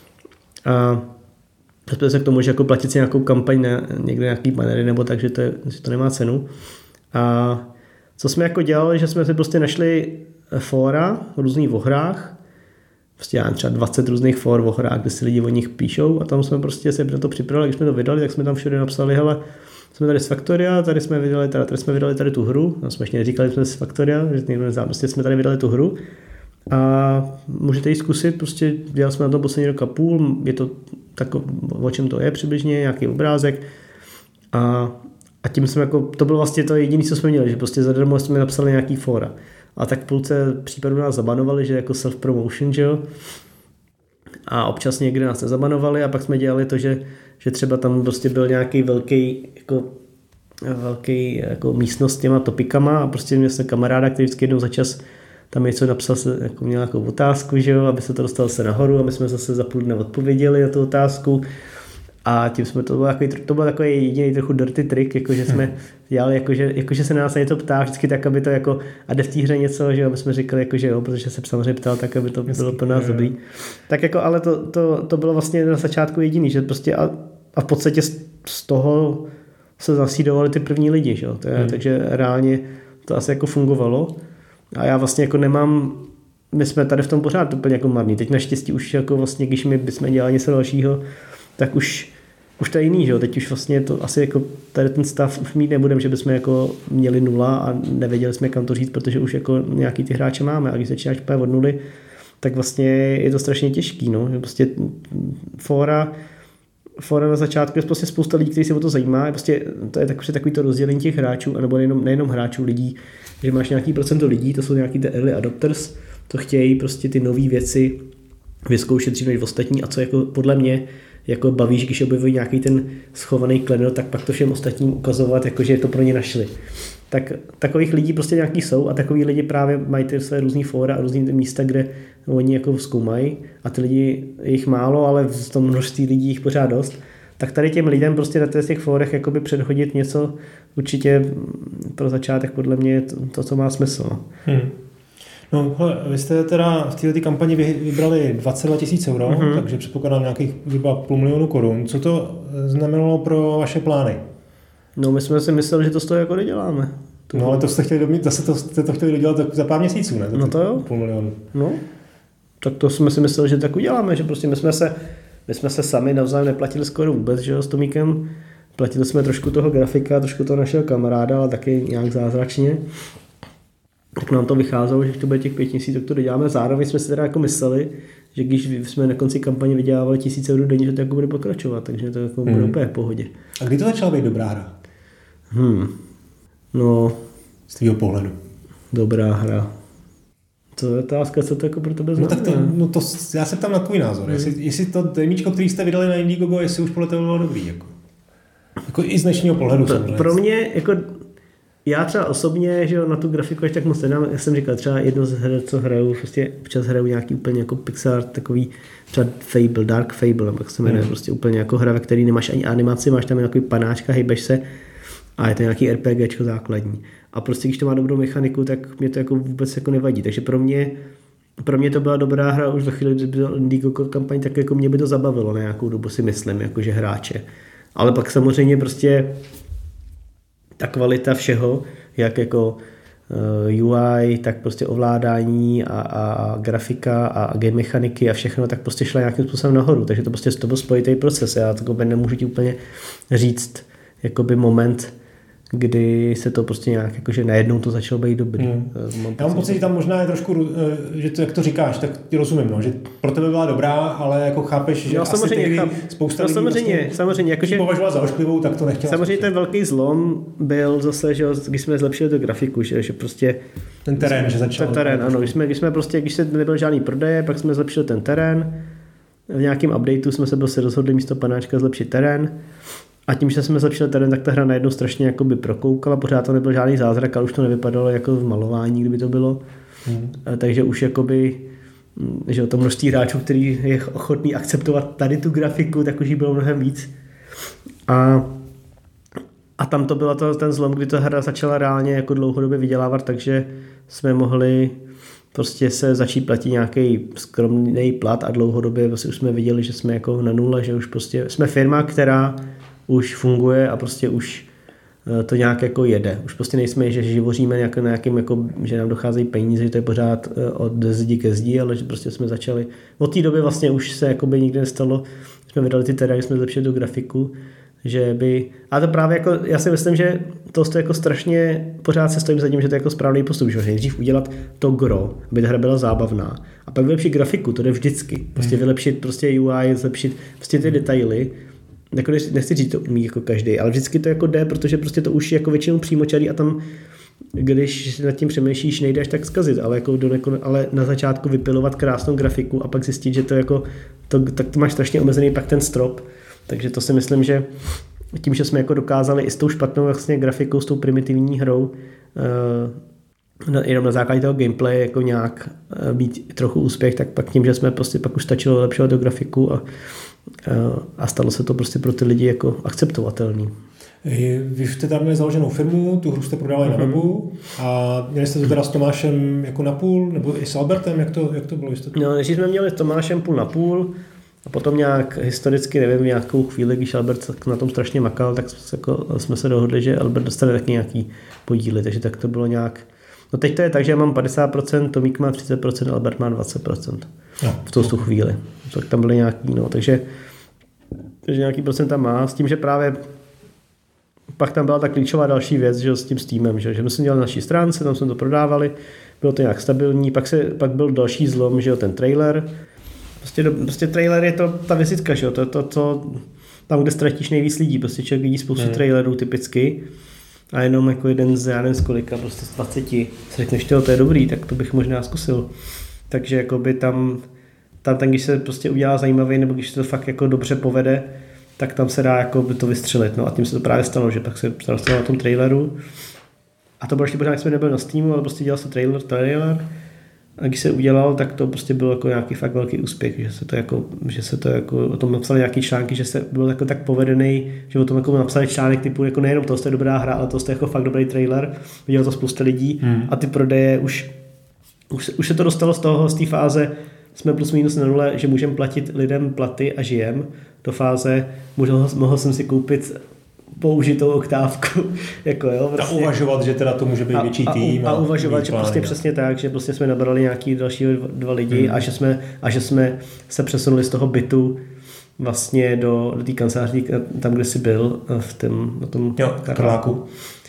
A dospěli se k tomu, že jako platit si nějakou kampaň na někde nějaký banery nebo tak, že to, je, že to nemá cenu. A co jsme jako dělali, že jsme si prostě našli fóra různých o hrách, prostě já třeba dvacet různých for o hrách, kde si lidi o nich píšou a tam jsme prostě se na to připravili, když jsme to vydali, tak jsme tam všude napsali, hele, jsme tady z Factoria, tady jsme vydali tady, tady jsme vydali tady tu hru, no jsme ještě neříkali, že jsme z Factoria, že někdo nezná, prostě jsme tady vydali tu hru a můžete ji zkusit, prostě dělali jsme na tom poslední rok a půl, je to tak, o čem to je přibližně, nějaký obrázek a, a tím jsme jako, to bylo vlastně to jediné, co jsme měli, že prostě zadarmo jsme napsali nějaký fóra. A tak v půlce případů nás zabanovali, že jako self-promotion, že jo. A občas někde nás nezabanovali a pak jsme dělali to, že, že třeba tam prostě byl nějaký velký jako, velký jako místnost s těma topikama a prostě měl jsem kamaráda, který vždycky jednou za čas tam něco napsal, se, jako měl nějakou otázku, že jo, aby se to dostalo se nahoru a my jsme zase za půl dne odpověděli na tu otázku. A tím jsme to byl takový, to byl takový jediný trochu dirty trick, jakože jsme dělali, jakože, jakože se na nás něco ptá vždycky tak, aby to jako, a jde v té hře něco, že jo, aby jsme říkali, jakože jo, protože se samozřejmě ptal tak, aby to bylo pro nás dobrý. Tak jako, ale to, to, to bylo vlastně na začátku jediný, že prostě a, a v podstatě z, z toho se zasídovali ty první lidi, že jo, to je, hmm. takže reálně to asi jako fungovalo a já vlastně jako nemám, my jsme tady v tom pořád úplně jako marní, teď naštěstí už jako vlastně, když my bychom dělali něco dalšího, tak už, už to je jiný, že jo? Teď už vlastně to asi jako tady ten stav už mít nebudeme, že bychom jako měli nula a nevěděli jsme kam to říct, protože už jako nějaký ty hráče máme a když začínáš úplně od nuly, tak vlastně je to strašně těžký, no, že prostě fóra, fóra na začátku je prostě spousta lidí, kteří se o to zajímá, prostě to je takový, takový to rozdělení těch hráčů, anebo nejenom, nejenom hráčů lidí, že máš nějaký procento lidí, to jsou nějaký ty early adopters, to chtějí prostě ty nové věci vyzkoušet dřív než ostatní a co jako podle mě jako baví, že když objevují nějaký ten schovaný klenot, tak pak to všem ostatním ukazovat, jakože to pro ně našli. Tak takových lidí prostě nějaký jsou a takový lidi právě mají ty své různý fóra a různý místa, kde oni jako zkoumají a ty lidi, je jich málo, ale v tom množství lidí jich pořád dost. Tak tady těm lidem prostě na těch fórech jakoby předhodit něco určitě pro začátek podle mě je to, to co má smysl. Hmm. No, hele, vy jste teda v této kampani vybrali dvacet dva tisíc euro, mm-hmm. takže předpokládám nějakých zhruba půl milionu korun. Co to znamenalo pro vaše plány? No, my jsme si mysleli, že to z toho jako neděláme. To no, ale to jste chtěli, domě- zase to, jste to chtěli dodělat za pár měsíců, ne? Za no to jo. Půl milionu. No, tak to jsme si mysleli, že tak uděláme, že prostě my jsme se, my jsme se sami navzájem neplatili skoro vůbec, že jo, s Tomíkem. Platili jsme trošku toho grafika, trošku toho našeho kamaráda, ale taky nějak zázračně. Tak nám to vycházelo, že když to bude těch pět tisíc, tak to doděláme. Zároveň jsme si teda jako mysleli, že když jsme na konci kampaně vydělávali tisíc eur denně, že to jako bude pokračovat, takže to jako bude hmm. úplně v pohodě. A kdy to začala být dobrá hra? Hmm. No. Z tvýho pohledu. Dobrá hra. To je otázka, co to jako pro tebe znamená. No tak to, no to, já se ptám na tvůj názor. Hmm. Jestli, jestli to demíčko, který jste vydali na Indiegogo, jestli už podle tebe bylo dobrý. Jako. Jako i z dnešního pohledu. Pro, pro mě jako já třeba osobně, že jo, na tu grafiku až tak moc nedám, jak jsem říkal, třeba jedno z her, co hraju, prostě občas hraju nějaký úplně jako pixel, takový třeba Fable, Dark Fable, nebo jak se jmenuje, mm. prostě úplně jako hra, ve který nemáš ani animaci, máš tam nějaký panáčka, hejbeš se a je to nějaký RPGčko základní. A prostě když to má dobrou mechaniku, tak mě to jako vůbec jako nevadí, takže pro mě pro mě to byla dobrá hra už ve chvíli, kdy byl Indiegogo kampaň, tak jako mě by to zabavilo na nějakou dobu, si myslím, jakože hráče. Ale pak samozřejmě prostě ta kvalita všeho, jak jako U I, tak prostě ovládání a, a grafika a game mechaniky a všechno, tak prostě šla nějakým způsobem nahoru. Takže to prostě to byl spojitý proces. Já to nemůžu ti úplně říct jakoby moment, kdy se to prostě nějak, jakože najednou to začalo být dobrý. Hmm. Mám Já mám pocit, že tam možná je trošku, že to, jak to říkáš, tak ti rozumím, no, že pro tebe byla dobrá, ale jako chápeš, že no, asi tehdy cháp... spousta no, lidí samozřejmě, vlastně, samozřejmě, jakože považovala za ošklivou, tak to nechtěla. Samozřejmě zkusit. Ten velký zlom byl zase, že když jsme zlepšili tu grafiku, že, že prostě ten terén, jsme, že začal. Ten terén, ano, když jsme, když jsme prostě, když se nebyl žádný prodeje, pak jsme zlepšili ten terén, v nějakém updateu jsme se prostě rozhodli místo panáčka zlepšit terén. A tím, že jsme zlepšili terén, tak ta hra najednou strašně jakoby prokoukala, pořád to nebyl žádný zázrak, ale už to nevypadalo jako v malování, kdyby to bylo. Hmm. Takže už jakoby, že to množství hráčů, který je ochotný akceptovat tady tu grafiku, tak už jí bylo mnohem víc. A, a tam to byl to, ten zlom, kdy ta hra začala reálně jako dlouhodobě vydělávat, takže jsme mohli prostě se začít platit nějaký skromný plat a dlouhodobě vlastně už jsme viděli, že jsme jako na nule, že už prostě jsme firma, která už funguje a prostě už to nějak jako jede. Už prostě nejsme, že živoříme nějak, na nějakým, jako, že nám docházejí peníze, že to je pořád od zdi ke zdi, ale že prostě jsme začali. Od té doby vlastně už se jakoby nikdy nestalo, jsme vydali ty terény, jsme zlepšili tu grafiku, že by... A to právě jako, já si myslím, že to je jako strašně, pořád se stojím za tím, že to je jako správný postup, že nejdřív udělat to gro, aby ta hra byla zábavná a pak vylepšit grafiku, to jde vždycky. Prostě vylepšit prostě U I, zlepšit prostě ty detaily. Jako nechci říct, to umí jako každý, ale vždycky to jako jde, protože prostě to už je jako většinou přímočarý a tam, když nad tím přemýšlíš, nejde až tak zkazit, ale, jako do nekon, ale na začátku vypilovat krásnou grafiku a pak zjistit, že to jako, to, tak to máš strašně omezený pak ten strop, takže to si myslím, že tím, že jsme jako dokázali i s tou špatnou vlastně grafikou, s tou primitivní hrou, uh, jenom na základě toho gameplay jako nějak uh, mít trochu úspěch, tak pak tím, že jsme prostě pak už stačilo lepšovat do grafiku a a stalo se to prostě pro ty lidi jako akceptovatelný. Vy jste tam měli založenou firmu, tu hru jste prodávali mm-hmm. na webu a měli jste to teda s Tomášem jako na půl, nebo i s Albertem, jak to, jak to bylo? Jste... No, než jsme měli s Tomášem půl na půl a potom nějak historicky, nevím, nějakou chvíli, když Albert na tom strašně makal, tak jako, jsme se dohodli, že Albert dostane taky nějaký podíly, takže tak to bylo nějak. No teď to je tak, že já mám padesát procent, Tomík má třicet procent, Albert má dvacet procent no, v tu okay. chvíli. Tak tam byly nějaký, no, takže, takže nějaký procent tam má, s tím, že právě pak tam byla ta klíčová další věc, že s tím Steamem, že, že my jsme dělali na naší stránce, tam jsme to prodávali, bylo to nějak stabilní, pak, se, pak byl další zlom, že jo, ten trailer, prostě, do, prostě trailer je to ta vizitka, že jo, to, to, to, tam, kde ztratíš nejvíc lidí, prostě člověk vidí spoustu hmm. trailerů typicky, a jenom jako jeden z, já nevím z kolika, prostě z dvaceti, si řekneš, to je dobrý, tak to bych možná zkusil. Takže jakoby tam, tam, tam když se prostě udělá zajímavý, nebo když se to fakt jako dobře povede, tak tam se dá jako by to vystřelit. No a tím se to právě stalo, že pak se stalo na tom traileru. A to bylo ještě pořád, jsme nebyli na Steamu, ale prostě dělal se trailer, trailer. A když se udělal, tak to prostě bylo jako nějaký fakt velký úspěch, že se to jako, že se to jako, o tom napsali nějaký články, že se byl jako tak povedený, že o tom jako napsali článek typu jako nejenom to je dobrá hra, ale to je jako fakt dobrý trailer, vidělo to spousta lidí hmm. a ty prodeje už, už, už se to dostalo z toho, z té fáze, jsme plus minus na nule, že můžeme platit lidem platy a žijem, do fáze, mohl, mohl jsem si koupit použitou oktávku. Jako, jo, prostě. A uvažovat, že teda to může být a, větší a, tým. A, a uvažovat, že prostě přesně tak, že prostě jsme nabrali nějaký další dva lidi hmm. a, že jsme, a že jsme se přesunuli z toho bytu vlastně do, do té kanceláří, tam, kde jsi byl, v tom, na tom jo, Karláku.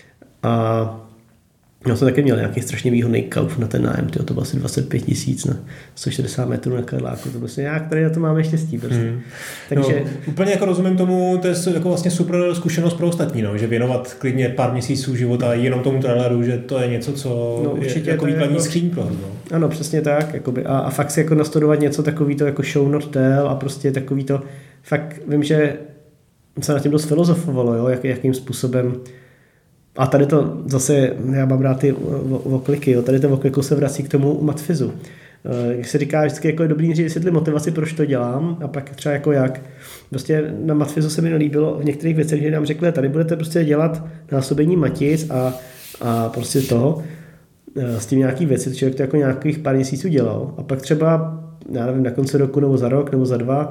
A já jsem taky měl nějaký strašně výhodný kauf na ten nájem, tyjo, to bylo asi dvacet pět tisíc na sto šedesát metrů na Karláku, to prostě nějak tady na to máme štěstí. Prostě. Hmm. Takže... No, úplně jako rozumím tomu, to je jako vlastně super zkušenost pro ostatní, no, že věnovat klidně pár měsíců života jenom tomu traileru, že to je něco, co no, je jako výkladní jako... skříň pro hru. No. Ano, přesně tak, jakoby. A, a fakt si jako nastudovat něco takový to jako show not tell a prostě takový to, fakt vím, že se na tím dost filozofovalo, jo, jak, jakým způsobem. A tady to zase, já mám rád ty okliky, jo. Tady to okliku se vrací k tomu matfizu. Jak se říká, vždycky jako je dobrý říct vysvětlit motivaci, proč to dělám a pak třeba jako jak. Prostě na matfizu se mi nelíbilo v některých věcech, že nám řekli, tady budete prostě dělat násobení matic a, a prostě toho s tím nějaký věci, člověk to jako nějakých pár měsíců dělal a pak třeba, já nevím, na konci roku nebo za rok nebo za dva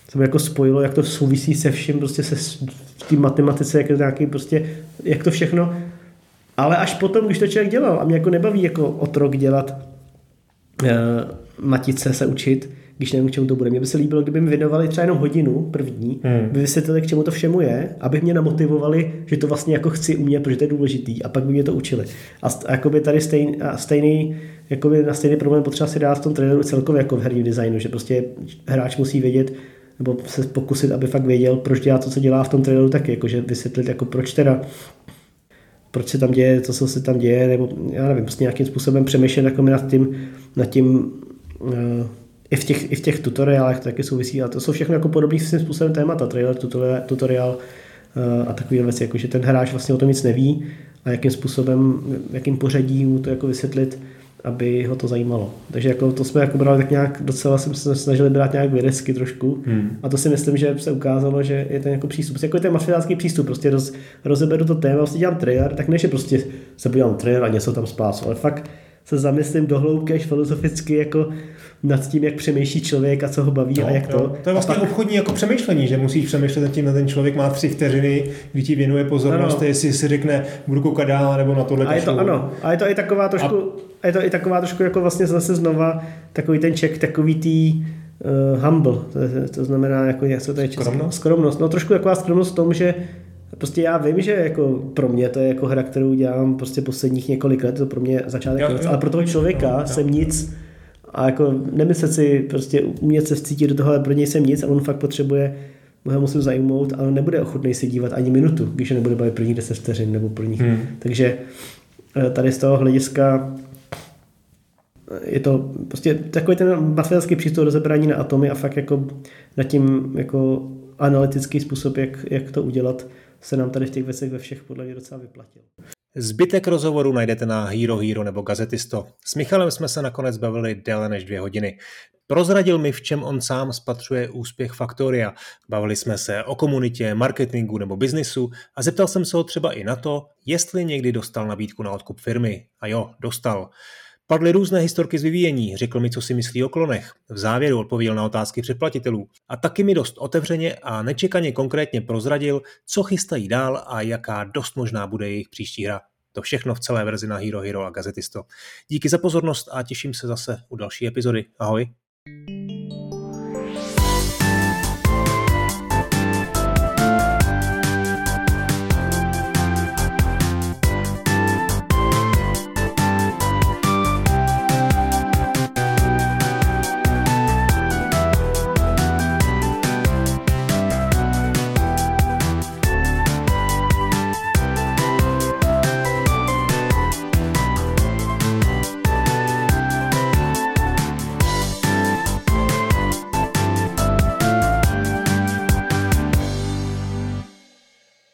se mi jako spojilo, jak to souvisí se vším, prostě se v té matematice, jak, nějaký prostě, jak to všechno. Ale až potom, když to člověk dělal, a mě jako nebaví jako otrok dělat uh, matice, se učit, když nevím, k čemu to bude. Mně by se líbilo, kdyby mi věnovali třeba jenom hodinu první, hmm. by vysvětlili, k čemu to všemu je, aby mě namotivovali, že to vlastně jako chci umět, protože to je důležitý, a pak by mě to učili. A, a jakoby tady stejný, a stejný, jakoby na stejný problém potřeba si dát v tom traileru celkově jako v herním designu, že prostě hráč musí vědět, nebo se pokusit, aby fakt věděl, proč dělá to, co dělá v tom traileru taky, jakože vysvětlit, jako proč teda proč se tam děje, to, co se tam děje, nebo já nevím, prostě nějakým způsobem přemýšlet jako nad tím, nad tím uh, i, v těch, i v těch tutoriálech to taky souvisí, a to jsou všechno jako podobný svým způsobem témata, trailer, tutoriál, tutoriál uh, a takové věci, jako že ten hráč vlastně o tom nic neví a jakým způsobem, jakým pořadí mu to jako vysvětlit, aby ho to zajímalo. Takže jako to jsme jako brali tak nějak, docela jsme se snažili brát nějak vědecky trošku, hmm. a to si myslím, že se ukázalo, že je ten jako přístup. Prostě jako je ten mafiácký přístup, prostě roz, rozeberu to téma, vlastně dělám trailer, tak ne, že prostě se podívám trailer a něco tam splácu, ale fakt se zamyslím do hloubky až filozoficky jako nad tím, jak přemýšlí člověk a co ho baví, no, a jak to. Jo. To je vlastně pak obchodní jako přemýšlení, že musíš přemýšlet nad tím, na ten člověk má tři vteřiny, kdy ti věnuje pozornost, ano. jestli si řekne, budu koukat dál, nebo na tohle. A je to ano, a je to i taková trošku, a... je to i taková trošku jako vlastně zase znova takový ten ček, takový tý uh, humble, to, to znamená jako, jak se to je skromnost? Skromnost, no trošku taková skromnost v tom, že prostě já vím, že jako pro mě to je jako hra, kterou dělám prostě posledních několik let, to pro mě začátek, jo, jo. ale pro toho člověka jo, jo. jsem nic. A jako nemyslet si, prostě umět se vcítit do toho, ale pro něj jsem nic a on fakt potřebuje, ho musím zajmout, ale nebude ochotný se dívat ani minutu, když nebude bavit prvních deset vteřin nebo prvních. Hmm. Takže tady z toho hlediska je to prostě takový ten matematický přístup rozebrání na atomy a fakt jako nad tím jako analytický způsob, jak, jak to udělat, se nám tady v těch věcech ve všech podle mě docela vyplatil. Zbytek rozhovoru najdete na Hero Hero nebo Gazetisto. S Michalem jsme se nakonec bavili déle než dvě hodiny. Prozradil mi, v čem on sám spatřuje úspěch Factoria. Bavili jsme se o komunitě, marketingu nebo biznisu a zeptal jsem se ho třeba i na to, jestli někdy dostal nabídku na odkup firmy. A jo, dostal. Padly různé historky z vyvíjení, řekl mi, co si myslí o klonech. V závěru odpověděl na otázky předplatitelů. A taky mi dost otevřeně a nečekaně konkrétně prozradil, co chystají dál a jaká dost možná bude jejich příští hra. To všechno v celé verzi na Hero Hero a Gazetisto. Díky za pozornost a těším se zase u další epizody. Ahoj.